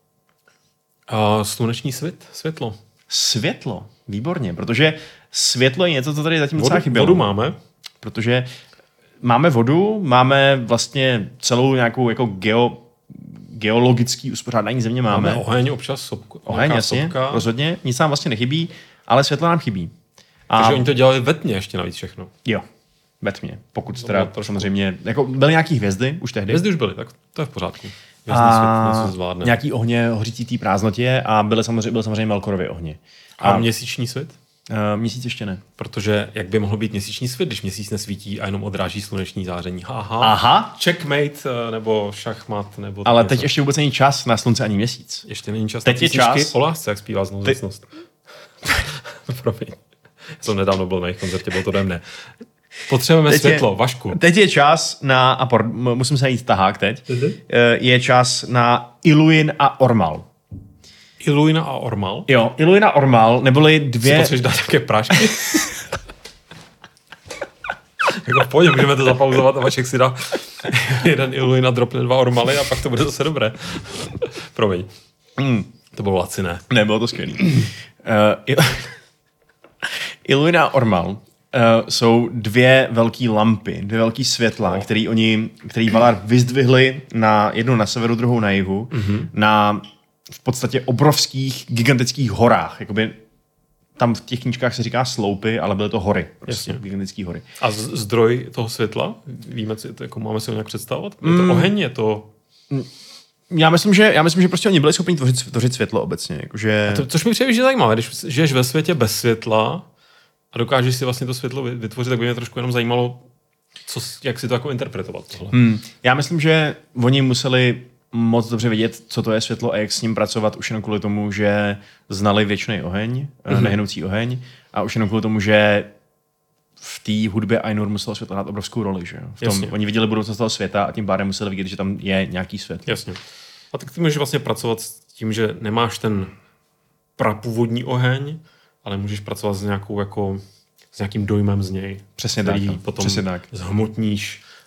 Sluneční světlo. Světlo, výborně, protože světlo je něco, co tady zatím docela chybělo. Vodu máme. Protože máme vodu, máme vlastně celou nějakou jako geologický uspořádání země máme. Máme oheň, občas sopku. Oheň, jasně, sopka. rozhodně. Nic nám vlastně nechybí, ale světlo nám chybí. Takže oni to dělali ve tmě ještě navíc všechno. Jo, ve tmě. Pokud teda samozřejmě, jako byly nějaký hvězdy už tehdy. Hvězdy už byly, tak to je v pořádku. A nějaký ohně hořící té prázdnotě a byl samozřejmě Melkorovy ohně. A měsíční svět? Měsíc ještě ne. Protože jak by mohlo být měsíční svět, když měsíc nesvítí a jenom odráží sluneční záření? Aha. Checkmate, nebo šachmat, nebo... Ale teď ještě vůbec není čas na slunce ani měsíc. Ještě není čas teď na písničky o lásce, jak zpívá znouzecnost. Promiň. Jsem nedávno byl na jejich koncertě, bylo to dojemné. Potřebujeme světlo, Vašku. Teď je čas na... musím se najít tahák teď. Je čas na Iluin a Ormal. Iluina a Ormal? Jo, Iluin a Ormal, neboli dvě... Si potřebuješ dát nějaké prášky? Jako pojď, můžeme to zapauzovat a Vašek si dá jeden Iluin a dropne 2 Ormaly a pak to bude zase dobré. Promiň. To bylo laciné. Ne, bylo to skvělý. Iluin a Ormal jsou dvě velké lampy, dvě velké světla, který Valar vyzdvihli jednu na severu, druhou na jihu, na v podstatě obrovských, gigantických horách. Jakoby tam v těch knížkách se říká sloupy, ale byly to hory. Prostě gigantické hory. A zdroj toho světla? Víme, jako máme si ho nějak představovat? Je to oheň? Je to... Já myslím, že prostě oni byli schopni tvořit světlo obecně. Jakože... Což mi přijde, že je zajímavé. Když žiješ ve světě bez světla a dokážeš si vlastně to světlo vytvořit, tak by mě trošku jenom zajímalo, jak si to jako interpretovat. Já myslím, že oni museli moc dobře vědět, co to je světlo a jak s ním pracovat už jenom kvůli tomu, že znali věčný oheň, nehynoucí oheň a už jenom kvůli tomu, že v té hudbě Ainur muselo světlo hrát obrovskou roli. Že? Oni viděli budoucnost toho světa a tím pádem museli vidět, že tam je nějaký svět. Jasně. A tak ty můžeš vlastně pracovat s tím, že nemáš ten prapůvodní oheň, ale můžeš pracovat s nějakým dojmem z něj. Přesně tak. Potom přesně tak. zhmotníš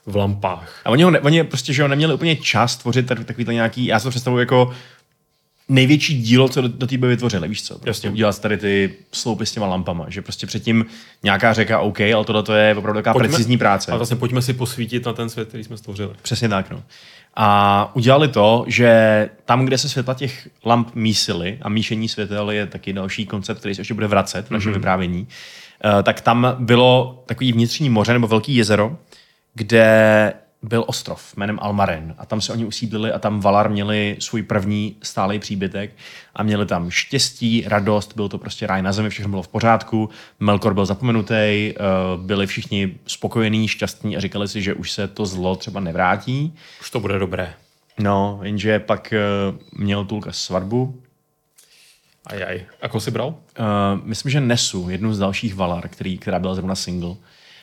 v lampách. A oni prostě, že neměli úplně čas tvořit takovýhle nějaký, já si to představuji jako největší dílo, co do té by vytvořili, víš co? Prostě udělat tady ty sloupy s těma lampama, že prostě předtím nějaká řeka OK, ale tohle je opravdu taková precizní práce. A vlastně pojďme si posvítit na ten svět, který jsme stvořili. Přesně tak, no. A udělali to, že tam, kde se světla těch lamp mísily, a míšení světel je taky další koncept, který se ještě bude vracet v našem vyprávění, tak tam bylo takový vnitřní moře nebo velký jezero, kde byl ostrov jménem Almaren a tam se oni usídlili a tam Valar měli svůj první stálý příbytek a měli tam štěstí, radost, byl to prostě ráj na zemi, všechno bylo v pořádku, Melkor byl zapomenutý, byli všichni spokojení, šťastní a říkali si, že už se to zlo třeba nevrátí. Už to bude dobré. No, jenže pak měl Tulka svatbu. Ajaj. A koho jsi bral? Myslím, že Nesu, jednu z dalších Valar, která byla zrovna single.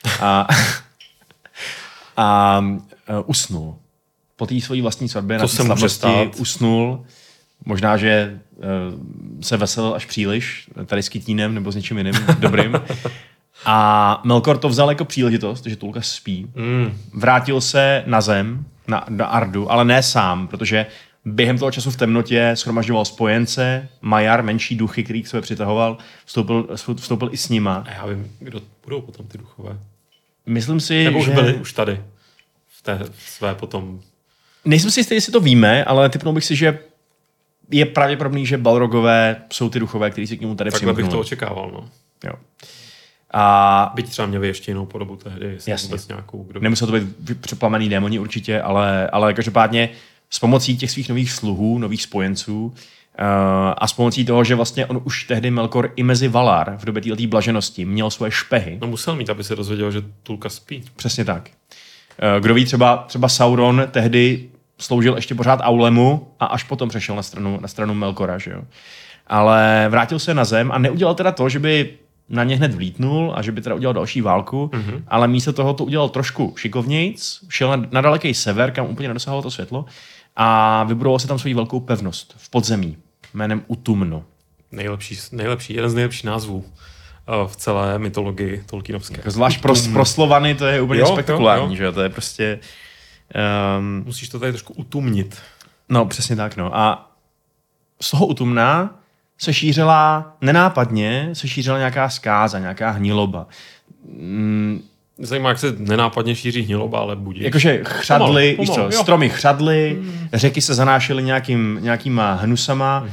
A usnul. Po té svojí vlastní svatbě na té slavnosti usnul. Možná, že se veselil až příliš, tady s kytínem nebo s něčím jiným dobrým. A Melkor to vzal jako příležitost, že Tulka spí. Vrátil se na zem, na Ardu, ale ne sám, protože během toho času v temnotě shromažďoval spojence, Majar, menší duchy, který k sobě přitahoval, vstoupil i s nima. A já vím, kdo budou potom ty duchové. Myslím si, nebo že... už byli už tady. V té své potom... Nejsem si jistý, jestli to víme, ale tipnul bych si, že je pravděpodobný, že Balrogové jsou ty duchové, kteří si k němu tady přimknuli. Takhle bych to očekával, no. Jo. A... Byť třeba měli ještě jinou podobu tehdy, jestli vůbec nějakou... Nemusel to být přeplamený démoni určitě, ale každopádně s pomocí těch svých nových sluhů, nových spojenců a s pomocí toho, že vlastně on už tehdy Melkor i mezi Valar v době této blaženosti měl svoje špehy. No musel mít, aby se dozvěděl, že Tulka spí. Přesně tak. Kdo ví, třeba Sauron tehdy sloužil ještě pořád Aulemu a až potom přešel na stranu Melkora, že jo. Ale vrátil se na zem a neudělal teda to, že by na ně hned vlítnul a že by teda udělal další válku, ale místo toho to udělal trošku šikovnějc, šel na daleký sever, kam úplně nedosahovalo to světlo a vybudoval se tam svou velkou pevnost v podzemí jménem Utumno. Nejlepší, jeden z nejlepších názvů v celé mytologii tolkienovské. Jako zvlášť pro Slovany to je úplně spektakulární, že jo, to je prostě... Musíš to tady trošku utumnit. No, přesně tak, no. A z toho Utumna se šířila nenápadně, nějaká zkáza, nějaká hniloba. Zajímá, jak se nenápadně šíří hniloba, ale budíš. Jakože chřadly, víš co, stromy chřadly, řeky se zanášely nějakýma hnusama,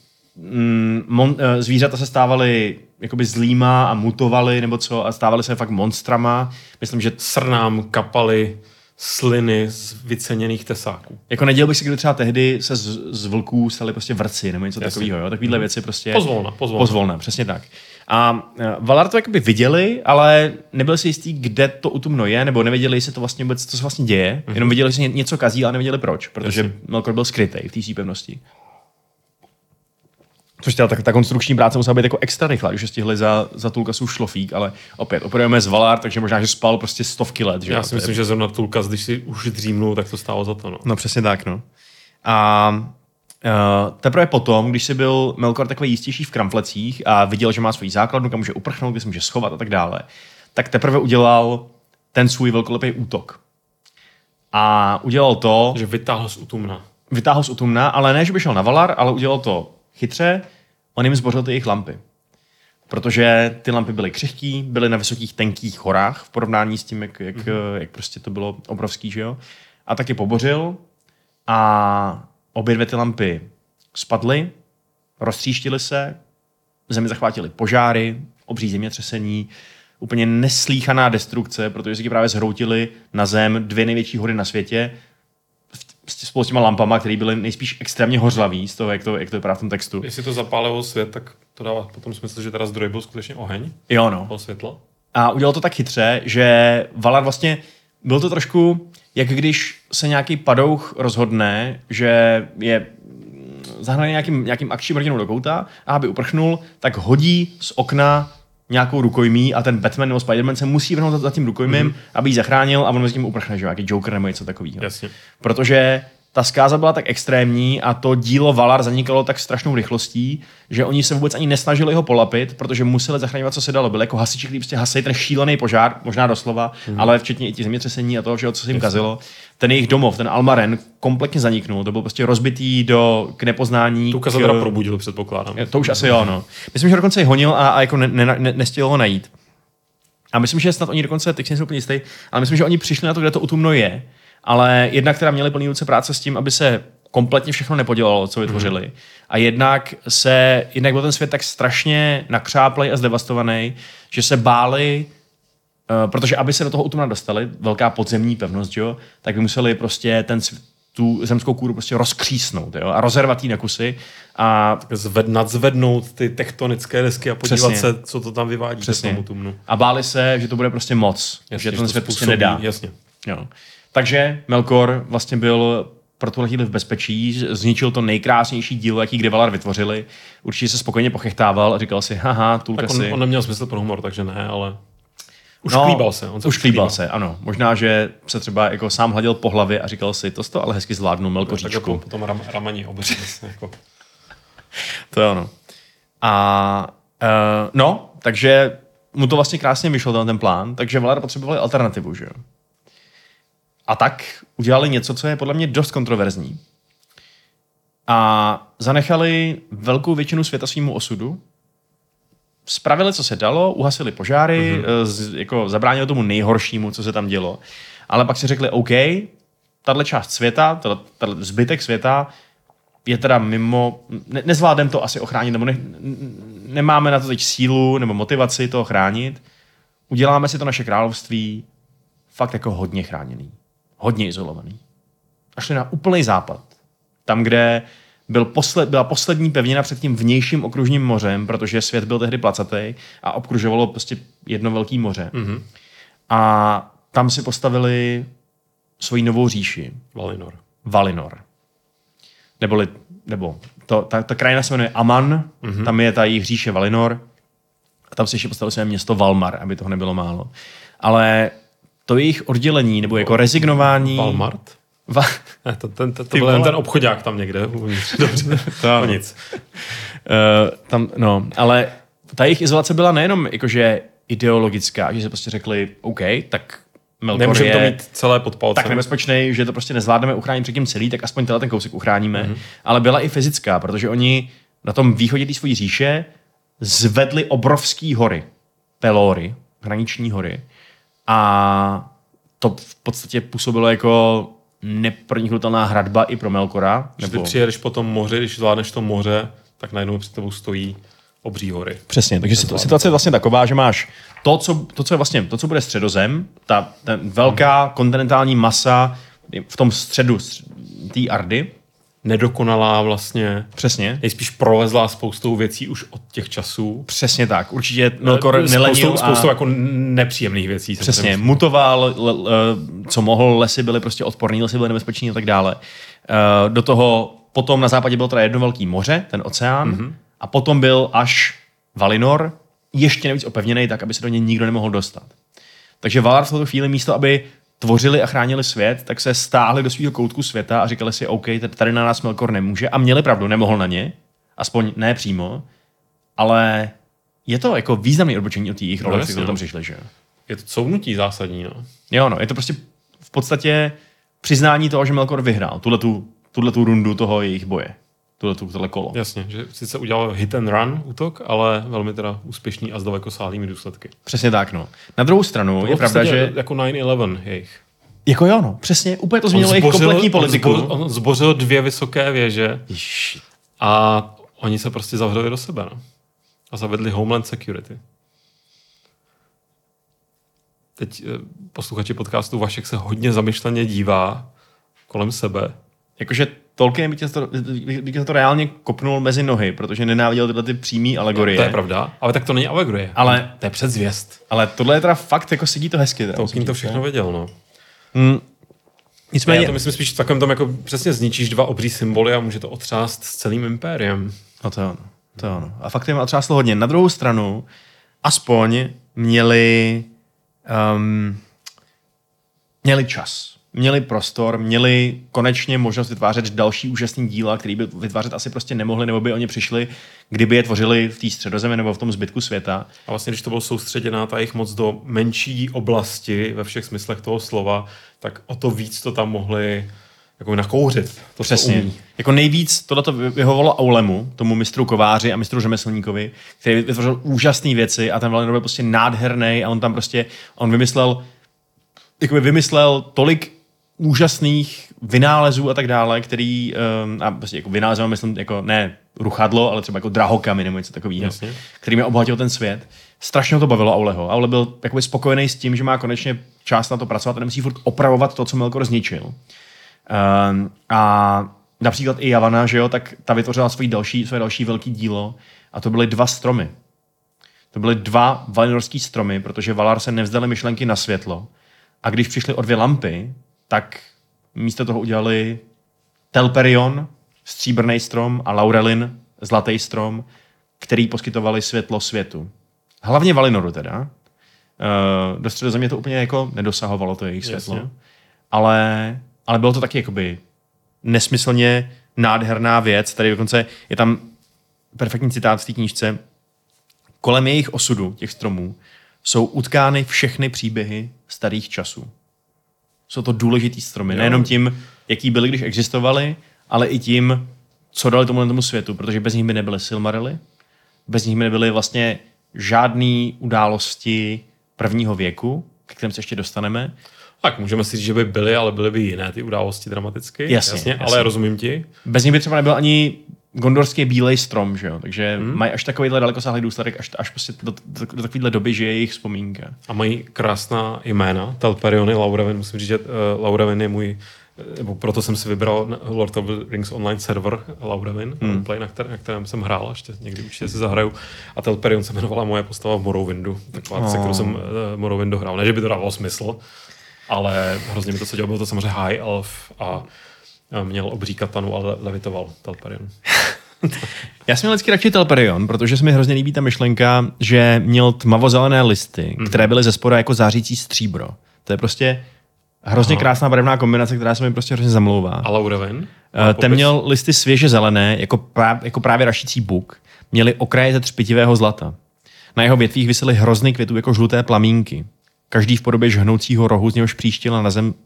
zvířata se stávaly jakoby zlýma a mutovaly nebo co a stávaly se fakt monstrama. Myslím, že srnám kapaly sliny z vyceněných tesáků. Jako nedělal bych si, kdy třeba tehdy se z vlků stali prostě vrci nebo něco takového, jo? Takovýhle věci prostě... Pozvolna, přesně tak. A Valar to jakoby viděli, ale nebyli si jistý, kde to Utumno je, nebo nevěděli, jestli to vlastně vůbec, co se vlastně děje, jenom viděli, že něco kazí, ale nevěděli proč, protože Melkor byl skrytej v té pevnosti. Což teda ta konstrukční práce musela být jako extra rychlá, když stihli za Tulkasův šlofík, ale opět operujeme z Valar, takže možná, že spal prostě stovky let. Že? Já si myslím, že zrovna Tulkas, když si už dřímnul, tak to stálo za to. No přesně tak, no. A teprve potom, když si byl Melkor takový jistější v kramflecích a viděl, že má svoji základnu, kam může uprchnout, kde se může schovat a tak dále, tak teprve udělal ten svůj velkolepý útok. A udělal to... Že vytáhl z Utumna. Vytáhl z Utumna, ale ne, že by šel na Valar, ale udělal to chytře, on jim zbořil ty jejich lampy. Protože ty lampy byly křehký, byly na vysokých tenkých horách v porovnání s tím, jak prostě to bylo obrovský, že jo. A taky pobořil a obě dvě ty lampy spadly, roztříštily se, zemi zachvátily požáry, obří zemětřesení, úplně neslýchaná destrukce, protože se ti právě zhroutily na zem dvě největší hory na světě, spolu s těma lampama, které byly nejspíš extrémně hořlavý z toho, jak to vypadá v tom textu. Jestli to zapálilo svět, tak to dává potom smysl, že teda zdroj byl skutečně oheň. Jo, no. Toho světla. A udělal to tak chytře, že Valar vlastně byl to trošku, jak když se nějaký padouch rozhodne, že je zahnaný nějakým akčním rodinou do kouta a aby uprchnul, tak hodí z okna nějakou rukojmí a ten Batman nebo Spider-Man se musí vrhnout za tím rukojmím, aby ji zachránil a on mezi tím uprchne, že nějaký Joker nebo něco takového. Jasně. Protože ta zkáza byla tak extrémní a to dílo Valar zanikalo tak strašnou rychlostí, že oni se vůbec ani nesnažili ho polapit, protože museli zachraňovat, co se dalo. Byli jako hasiči, kteří prostě hasili ten šílený požár, možná doslova, ale včetně i těch zemětřesení a toho všeho, co se jim kazilo. Ten jejich domov, ten Almaren, kompletně zaniknul. To byl prostě rozbitý k nepoznání. Tu Kazadora probudil, předpokládám. To už asi jo, no. Myslím, že dokonce ji honil a jako nestihl ho najít. A myslím, že snad oni dokonce, teď jsem úplně jistý, ale myslím, že oni přišli na to, kde to utumno je. Ale jednak teda měli plný ruce práce s tím, aby se kompletně všechno nepodělalo, co vytvořili. A jednak byl ten svět tak strašně nakřáplej a zdevastovaný, že se báli, protože aby se do toho utumna dostali, velká podzemní pevnost, jo, tak by museli prostě tu zemskou kůru prostě rozkřísnout, jo, a rozervat jí na kusy. A nadzvednout ty tektonické desky a podívat se, co to tam vyvádí k tomu tumnu. A báli se, že to bude prostě moc, jasně, že ten svět prostě nedá. Jasně. Jo. Takže Melkor vlastně byl pro tuhle chvíli v bezpečí, zničil to nejkrásnější dílo, jaký kdy Valar vytvořili. Určitě se spokojeně pochechtával a říkal si, haha, tulka si. On neměl smysl pro humor, takže ne, ale klíbal se. Už klíbal se, ano. Možná, že se třeba jako sám hladil po hlavě a říkal si, to ale hezky zvládnu, Melkoříčku. Potom ramani obecně. Jako. To je ono. Takže mu to vlastně krásně vyšlo, ten plán, takže Valar potřebovali alternativu, že jo. A tak udělali něco, co je podle mě dost kontroverzní. A zanechali velkou většinu světa svýmu osudu. Spravili, co se dalo, uhasili požáry, jako zabránili tomu nejhoršímu, co se tam dělo. Ale pak si řekli, OK, tahle část světa, tahle zbytek světa je teda mimo, nezvládneme to asi ochránit, nebo nemáme na to teď sílu nebo motivaci to ochránit. Uděláme si to naše království fakt jako hodně chráněný. Hodně izolovaný. A šli na úplný západ. Tam, kde byla poslední pevnina před tím vnějším okružním mořem, protože svět byl tehdy placatý a obkružovalo prostě jedno velké moře. Mm-hmm. A tam si postavili svoji novou říši. Valinor. Ta krajina se jmenuje Aman, tam je ta jejich říše Valinor a tam si ještě postavili své město Valmar, aby toho nebylo málo. Ale to jejich oddělení, nebo jako rezignování... Valmart? To byl ten obchodák tam někde. Dobře, to nic. Ale ta jejich izolace byla nejenom jakože ideologická, že se prostě řekli, OK, tak Melkor nemůžeme to mít celé pod palcem. Tak nebezpečný, že to prostě nezvládneme uchránit předtím celý, tak aspoň ten kousek uchráníme. Ale byla i fyzická, protože oni na tom východě té svojí říše zvedli obrovský hory. Pelory, hraniční hory. A to v podstatě působilo jako neproniknutelná hradba i pro Melkora. Když ty přijedeš po tom moři, když zvládneš to moře, tak najednou před tebou stojí obří hory. Přesně, takže situace je vlastně taková, že máš to, co bude středozem, ta velká kontinentální masa v tom středu té Ardy. Nedokonalá vlastně. Přesně. Nejspíš prolezlá spoustou věcí už od těch časů. Přesně tak. Určitě Melkor nelenil spoustu jako nepříjemných věcí. Přesně. Mutoval, co mohl, lesy byly prostě odporný, lesy byly nebezpečný a tak dále. Do toho potom na západě bylo teda jedno velký moře, ten oceán, a potom byl až Valinor, ještě navíc opevněný tak, aby se do něj nikdo nemohl dostat. Takže Valar v této chvíli místo, aby tvořili a chránili svět, tak se stáhli do svého koutku světa a říkali si, OK, tady na nás Melkor nemůže. A měli pravdu, nemohl na ně, aspoň ne přímo, ale je to jako významný odbočení od jejich role, kteří tam přišli, že? Je to couvnutí zásadní, no. Jo, no, je to prostě v podstatě přiznání toho, že Melkor vyhrál tuhletu rundu toho jejich boje. Tohle kolo. Jasně, že sice udělal hit and run útok, ale velmi teda úspěšný a s dalekosálými důsledky. Přesně tak, no. Na druhou stranu je pravda, že jako 9/11 jejich. Jako jo, no, přesně, úplně to změnilo jejich kompletní politiku. On zbořil 2 vysoké věže a oni se prostě zavřeli do sebe, no. A zavedli Homeland Security. Teď posluchači podcastu Vašek se hodně zamyšleně dívá kolem sebe. Jakože Tolkien by tě to reálně kopnul mezi nohy, protože nenáviděl tyhle ty přímý alegorie. To je pravda, ale tak to není alegorie. Ale to je předzvěst. Ale tohle je teda fakt, jako sedí to hezky. Tolkien to všechno věděl, no. Nicméně... Já to myslím spíš v takovém tom, jako přesně zničíš 2 obří symboly a může to otřást s celým impériem. No to je ono. A fakt jim otřáslo hodně. Na druhou stranu, aspoň měli čas. měli prostor, měli konečně možnost vytvářet další úžasný díla, který by vytvářet asi prostě nemohli, nebo by oni přišli, kdyby je tvořili v té středozemi nebo v tom zbytku světa. A vlastně, když to bylo soustředěná ta jejich moc do menší oblasti ve všech smyslech toho slova, tak o to víc to tam mohli jako nakouřit. To přesně. Jako nejvíc tohleto vyhovovalo Aulemu, tomu mistru kováři a mistru řemeslníkovi, který vytvořil úžasné věci a ten Valinor byl prostě nádherný a on tam prostě, on vymyslel tolik úžasných vynálezů a tak dále, který, a prostě jako vynálezem myslím jako ne ruchadlo, ale třeba jako drahokamy nebo něco takového, který mě obohatil ten svět. Strašně ho to bavilo Auleho. Aule byl jakoby spokojený s tím, že má konečně čas na to pracovat a nemusí furt opravovat to, co Melkor zničil. A například i Yavanna, že jo, tak ta vytvořila své další velký dílo a to byly 2 stromy. To byly 2 valinorský stromy, protože Valar se nevzdali myšlenky na světlo. A když přišli o 2 lampy, tak místo toho udělali Telperion, stříbrný strom, a Laurelin, zlatý strom, který poskytovali světlo světu. Hlavně Valinoru teda. Do Středozemě to úplně jako nedosahovalo to jejich světlo. Jasně. Ale bylo to taky jakoby nesmyslně nádherná věc. Tady dokonce je tam perfektní citát v té knížce. Kolem jejich osudu, těch stromů, jsou utkány všechny příběhy starých časů. Jsou to důležitý stromy. Jo. Nejenom tím, jaký byly, když existovali, ale i tím, co dali tomu světu. Protože bez nich by nebyly Silmarily, bez nich by nebyly vlastně žádné události prvního věku, k kterým se ještě dostaneme. Tak můžeme si říct, že by byly, ale byly by jiné ty události dramaticky. Jasně. Ale rozumím ti. Bez nich by třeba nebyl ani gondorský bílej strom, že jo? Takže mají až takovýhle dalekosáhlý důsledek, až prostě do takovéhle doby žije jejich vzpomínka. A mají krásná jména. Telperion i Laurelin. Musím říct, že Laurelin je můj, nebo proto jsem si vybral Lord of the Rings online server Laurelin, play, na kterém jsem hrál, ještě někdy určitě si zahraju. A Telperion se jmenovala moje postava v Morrowindu. Taková, se kterou jsem Morrowind dohrál. Ne, že by to dávalo smysl, ale hrozně mi to co dělalo. Byl to samozřejmě High Elf a měl obří katanu, ale levitoval Telperion. Já jsem měl vždycky radši Telperion, protože se mi hrozně líbí ta myšlenka, že měl tmavozelené listy, které byly ze spoda jako zářící stříbro. To je prostě hrozně krásná barevná kombinace, která se mi prostě hrozně zamlouvá. A Laurelin? Ten měl listy svěže zelené, jako právě rašící buk. Měli okraje ze třpitivého zlata. Na jeho větvích visely hrozny květů jako žluté plamínky. Každý v podobě žhnoucího rohu, z něhož příštil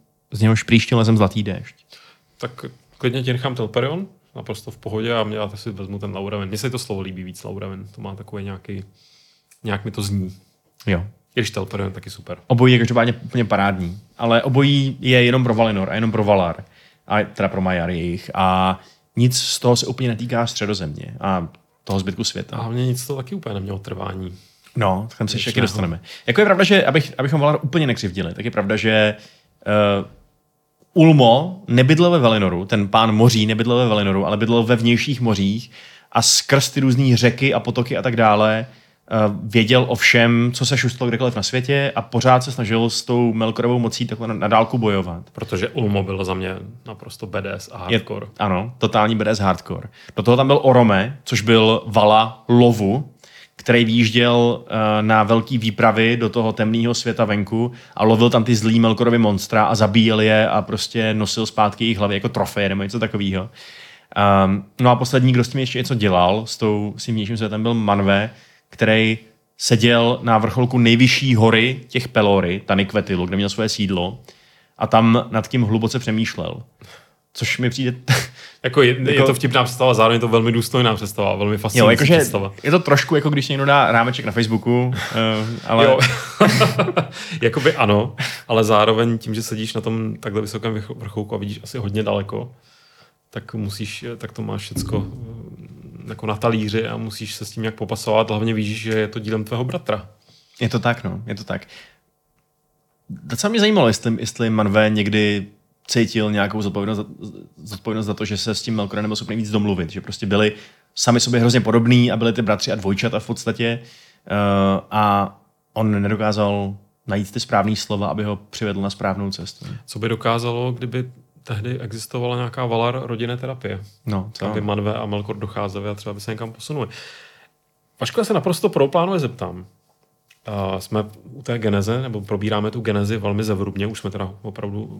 na zem zlatý déšť. Tak klidně ti nechám Telperion, naprosto v pohodě, a já si vezmu ten Laurelin. Mně se to slovo líbí víc, Laurelin. To má takový nějak mi to zní. Jo. Když Telperion, taky super. Obojí je každopádně úplně parádní, ale obojí je jenom pro Valinor a jenom pro Valar. A teda pro Maiar jejich. A nic z toho se úplně netýká Středozemě a toho zbytku světa. A hlavně nic to taky úplně nemělo trvání. No, tak tam se ještě dostaneme. Jako je pravda, že abychom Valar úplně nekřivdili, tak je pravda, že Ulmo nebydlel ve Valinoru, ten pán moří nebydlel ve Valinoru, ale bydlel ve vnějších mořích a skrz ty různý řeky a potoky a tak dále věděl o všem, co se šustlo kdekoliv na světě a pořád se snažil s tou Melkorovou mocí takhle na dálku bojovat. Protože Ulmo byl za mě naprosto badass a hardcore. Ano, totální badass hardcore. Do toho tam byl Orome, což byl vala lovu, který výjížděl na velký výpravy do toho temného světa venku a lovil tam ty zlý Melkorovy monstra a zabíjel je a prostě nosil zpátky jejich hlavy jako trofeje nebo něco takového. No a poslední, kdo s tím ještě něco dělal, s tím vnějším světem, byl Manwë, který seděl na vrcholku nejvyšší hory těch Pelory, Taniquetilu, kde měl svoje sídlo a tam nad tím hluboce přemýšlel. Což mi přijde... je to vtipná představa, zároveň je to velmi důstojná představa, velmi fascinující představa. Je to trošku jako když někdo dá rámeček na Facebooku, ale... Jo. Jakoby ano, ale zároveň tím, že sedíš na tom takhle vysokém vrcholku a vidíš asi hodně daleko, tak to máš všecko jako na talíři a musíš se s tím nějak popasovat. Hlavně víš, že je to dílem tvého bratra. Je to tak, no. Je to tak. Docela mě zajímalo, jestli Manwë někdy cítil nějakou zodpovědnost za to, že se s tím Melkorem nebyl schopný víc domluvit. Že prostě byli sami sobě hrozně podobní a byli ty bratři a dvojčata v podstatě. A on nedokázal najít ty správný slova, aby ho přivedl na správnou cestu. Co by dokázalo, kdyby tehdy existovala nějaká Valar rodinné terapie? No, tam by Manwë a Melkor docházeli a třeba by se někam posunuli. Vašku, já se naprosto proplánově zeptám. Jsme u té geneze, nebo probíráme tu genezi velmi zevrubně, už jsme teda opravdu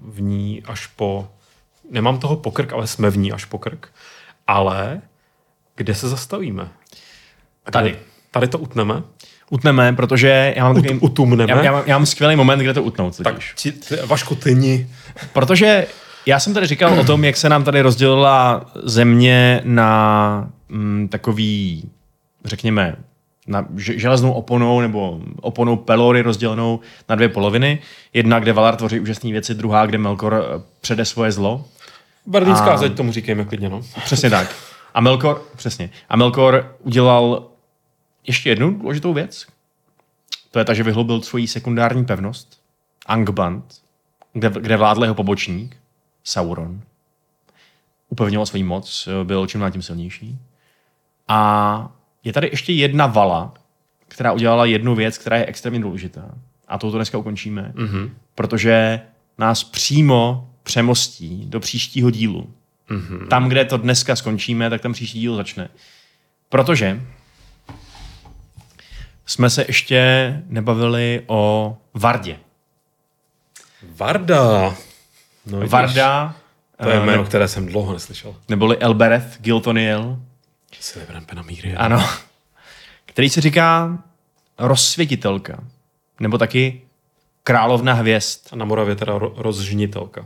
v ní až po... Nemám toho po krk, ale jsme v ní až po krk. Ale kde se zastavíme? Tady to utneme? Utneme, protože já mám takový... Utumneme? Já mám skvělý moment, kde to utnout. Tak Vašku, tyni. Protože já jsem tady říkal o tom, jak se nám tady rozdělila země na takový, řekněme, na železnou oponou nebo oponou Pelory rozdělenou na 2 poloviny. Jedna, kde Valar tvoří úžasné věci, druhá, kde Melkor přede svoje zlo. Bardinská zeď, tomu říkejme klidně, no. Přesně tak. A Melkor udělal ještě jednu důležitou věc. To je ta, že vyhloubil svoji sekundární pevnost, Angband, kde vládl jeho pobočník, Sauron. Upevňoval svou moc, byl čím dál tím silnější. A je tady ještě jedna vala, která udělala jednu věc, která je extrémně důležitá. A to dneska ukončíme, protože nás přímo přemostí do příštího dílu. Tam, kde to dneska skončíme, tak tam příští díl začne. Protože jsme se ještě nebavili o Vardě. Varda. No, Varda. To je jméno, které jsem dlouho neslyšel. Neboli Elbereth Giltoniel. Silvran Penamíry. Ano. Který se říká rozsvětitelka. Nebo taky královna hvězd. A na Moravě teda rozžnitelka.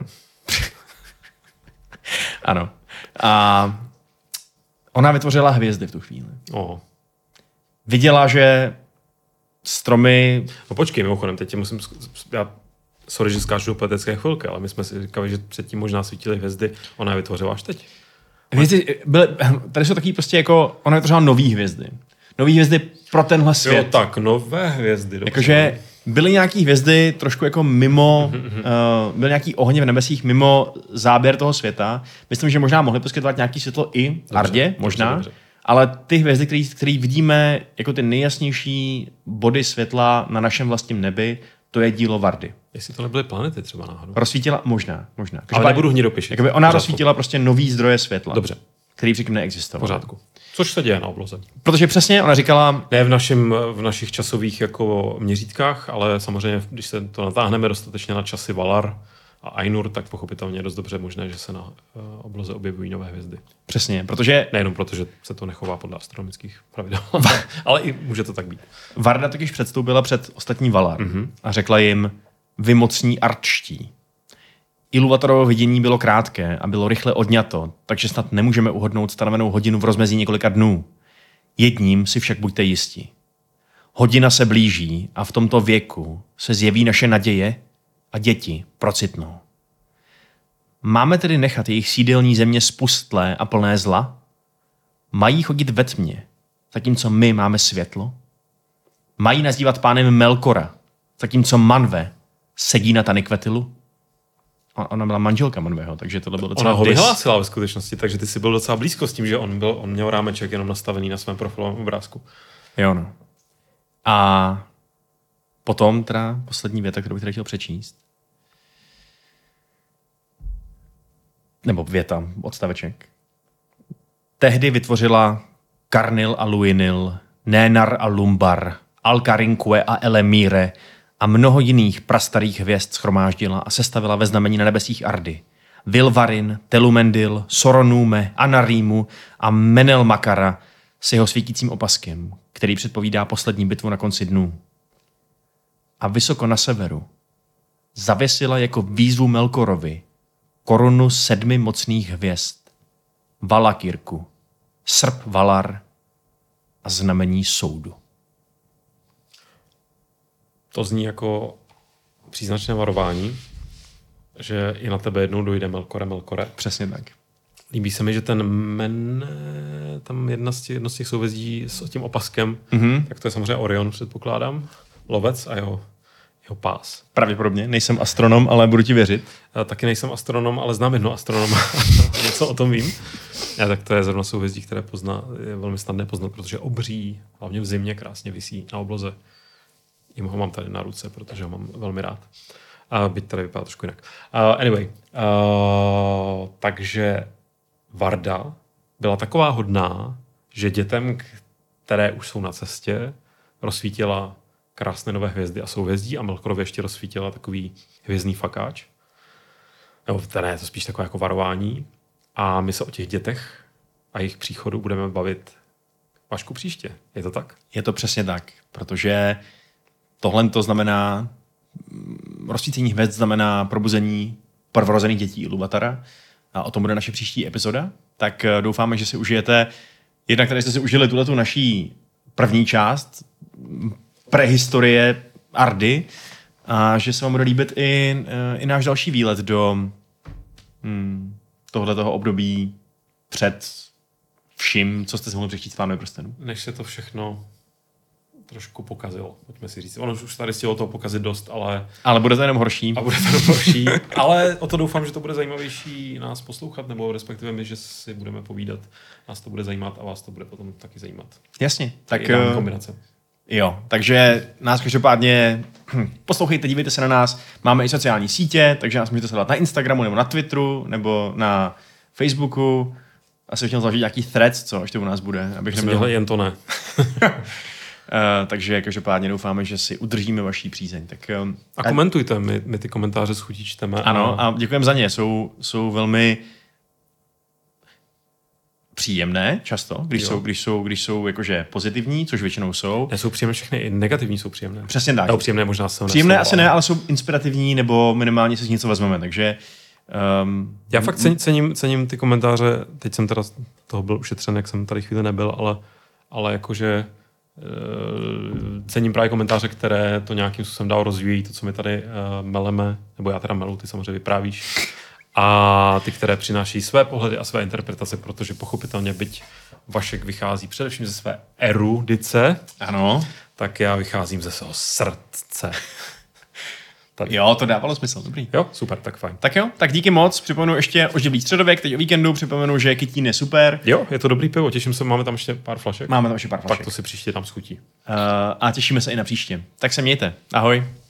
Ano. A ona vytvořila hvězdy v tu chvíli. Viděla, že stromy... No počkej, mimochodem, teď musím... Sorry, že skáču do poetické chvilky, ale my jsme si říkali, že předtím možná svítily hvězdy. Ona je vytvořila až teď. Hvězdy tady jsou taky prostě jako... Ona vytvořila nový hvězdy. Nový hvězdy pro tenhle svět. Jo, tak, nové hvězdy. Jakože byly nějaký hvězdy trošku jako mimo... byl nějaký oheň v nebesích mimo záběr toho světa. Myslím, že možná mohli poskytovat nějaký světlo i Ardě, možná. Dobře. Ale ty hvězdy, které vidíme jako ty nejjasnější body světla na našem vlastním nebi, to je dílo Vardy. Jestli to nebyly planety třeba náhodou. Rozsvítila, možná. Ale nebudu hnidopišit. Jakoby ona rozsvítila prostě nový zdroje světla. Dobře. Který předtím neexistoval. Pořádku. Což se děje na obloze. Protože přesně ona říkala... Ne v našich časových jako měřítkách, ale samozřejmě, když se to natáhneme dostatečně na časy Valar a Ainur, tak pochopitelně je dost dobře možné, že se na obloze objevují nové hvězdy. Přesně, protože... Nejenom proto, že se to nechová podle astronomických pravidel, ale i může to tak být. Varda totiž předstoupila před ostatní Valar a řekla jim: vy mocní arčtí. Iluvatorovo vidění bylo krátké a bylo rychle odňato, takže snad nemůžeme uhodnout stanovenou hodinu v rozmezí několika dnů. Jedním si však buďte jisti. Hodina se blíží a v tomto věku se zjeví naše naděje a děti procitnou. Máme tedy nechat jejich sídelní země spustlé a plné zla? Mají chodit ve tmě, zatímco my máme světlo? Mají nazývat pánem Melkora, zatímco Manve sedí na Tanikvetilu? Ona byla manželka Manveho, takže tohle bylo docela... Ona ho vyhlásila ve skutečnosti, takže ty jsi byl docela blízko s tím, že on měl rámeček jenom nastavený na svém profilovém obrázku. Jo, no. A potom teda poslední věta, kterou bych tady chtěl přečíst. Nebo věta, odstaveček. Tehdy vytvořila Karnil a Luinil, Nénar a Lumbar, Alkarinkue a Elemíre a mnoho jiných prastarých hvězd shromáždila a sestavila ve znamení na nebesích Ardy. Vilvarin, Telumendil, Soronume, Anarímu a Menelmakara s jeho svítícím opaskem, který předpovídá poslední bitvu na konci dnů. A vysoko na severu zavěsila jako výzvu Melkorovi korunu 7 mocných hvězd, Valakirku, srp Valar a znamení soudu. To zní jako příznačné varování, že i na tebe jednou dojde Melkore. Přesně tak. Líbí se mi, že ten tam jedno z těch souvězdí s tím opaskem, tak to je samozřejmě Orion, předpokládám, lovec a jeho pás. Pravděpodobně, nejsem astronom, ale budu ti věřit. Taky nejsem astronom, ale znám jednoho astronoma. Něco o tom vím. Tak to je zrovna souvězdí, které je velmi snadné poznat, protože obří, hlavně v zimě, krásně visí na obloze. Jim ho mám tady na ruce, protože ho mám velmi rád. Byť tady vypadá trošku jinak. Anyway, takže Varda byla taková hodná, že dětem, které už jsou na cestě, rozsvítila krásné nové hvězdy a souhvězdí a Melkorovi ještě rozsvítila takový hvězdný fakáč. Nebo to ne, to spíš takové jako varování. A my se o těch dětech a jejich příchodu budeme bavit, Vašku, příště. Je to tak? Je to přesně tak, protože tohle to znamená, rozsvícení hvězd znamená probuzení prvorozených dětí Iluvatara a o tom bude naše příští epizoda. Tak doufáme, že si užijete, jednak tady jste si užili tuhletu naší první část, prehistorie Ardy, a že se vám bude líbit i náš další výlet do tohletoho období před vším, co jste si mohli přečíst s Pánem prstenů. Než se to všechno trošku pokazilo, pojďme si říct. Ono už tady stihlo toho pokazit dost, ale bude to jenom horší. A bude to jenom horší. Ale o to doufám, že to bude zajímavější nás poslouchat, nebo respektive my, že si budeme povídat. Nás to bude zajímat a vás to bude potom taky zajímat. Jasně. Tak kombinace. Jo, takže nás každopádně poslouchejte, dívejte se na nás. Máme i sociální sítě, takže nás můžete sledovat na Instagramu, nebo na Twitteru, nebo na Facebooku. Asi bych měl založit nějaký thread, co ještě u nás bude. Abych nebyl... Jen to ne. Takže každopádně doufáme, že si udržíme vaší přízeň. Tak, a komentujte, my ty komentáře s chutí čteme. Ano, a děkujeme za ně. Jsou velmi příjemné často, když jsou jakože pozitivní, což většinou jsou. Nejsou příjemné všechny, i negativní jsou příjemné. Přesně tak. Nebo příjemné možná se příjemné asi ne, ale jsou inspirativní, nebo minimálně si z něco vezmeme, takže... Já fakt cením ty komentáře, teď jsem teda toho byl ušetřen, jak jsem tady chvíli nebyl, ale jakože cením právě komentáře, které to nějakým způsobem dál rozvíjí, to, co my tady meleme, nebo já teda melu, ty samozřejmě vyprávíš, a ty, které přináší své pohledy a své interpretace, protože pochopitelně, byť Vašek vychází především ze své erudice, ano, tak já vycházím ze svého srdce. Tady. Jo, to dávalo smysl, dobrý. Jo, super, tak fajn. Tak jo, tak díky moc, připomenu ještě oživlý středověk, teď o víkendu, připomenu, že Kytín je super. Jo, je to dobrý pivo, těším se, máme tam ještě pár flašek. Máme tam ještě pár flašek. Tak to si příště dám schutí. A těšíme se i na příště. Tak se mějte, ahoj.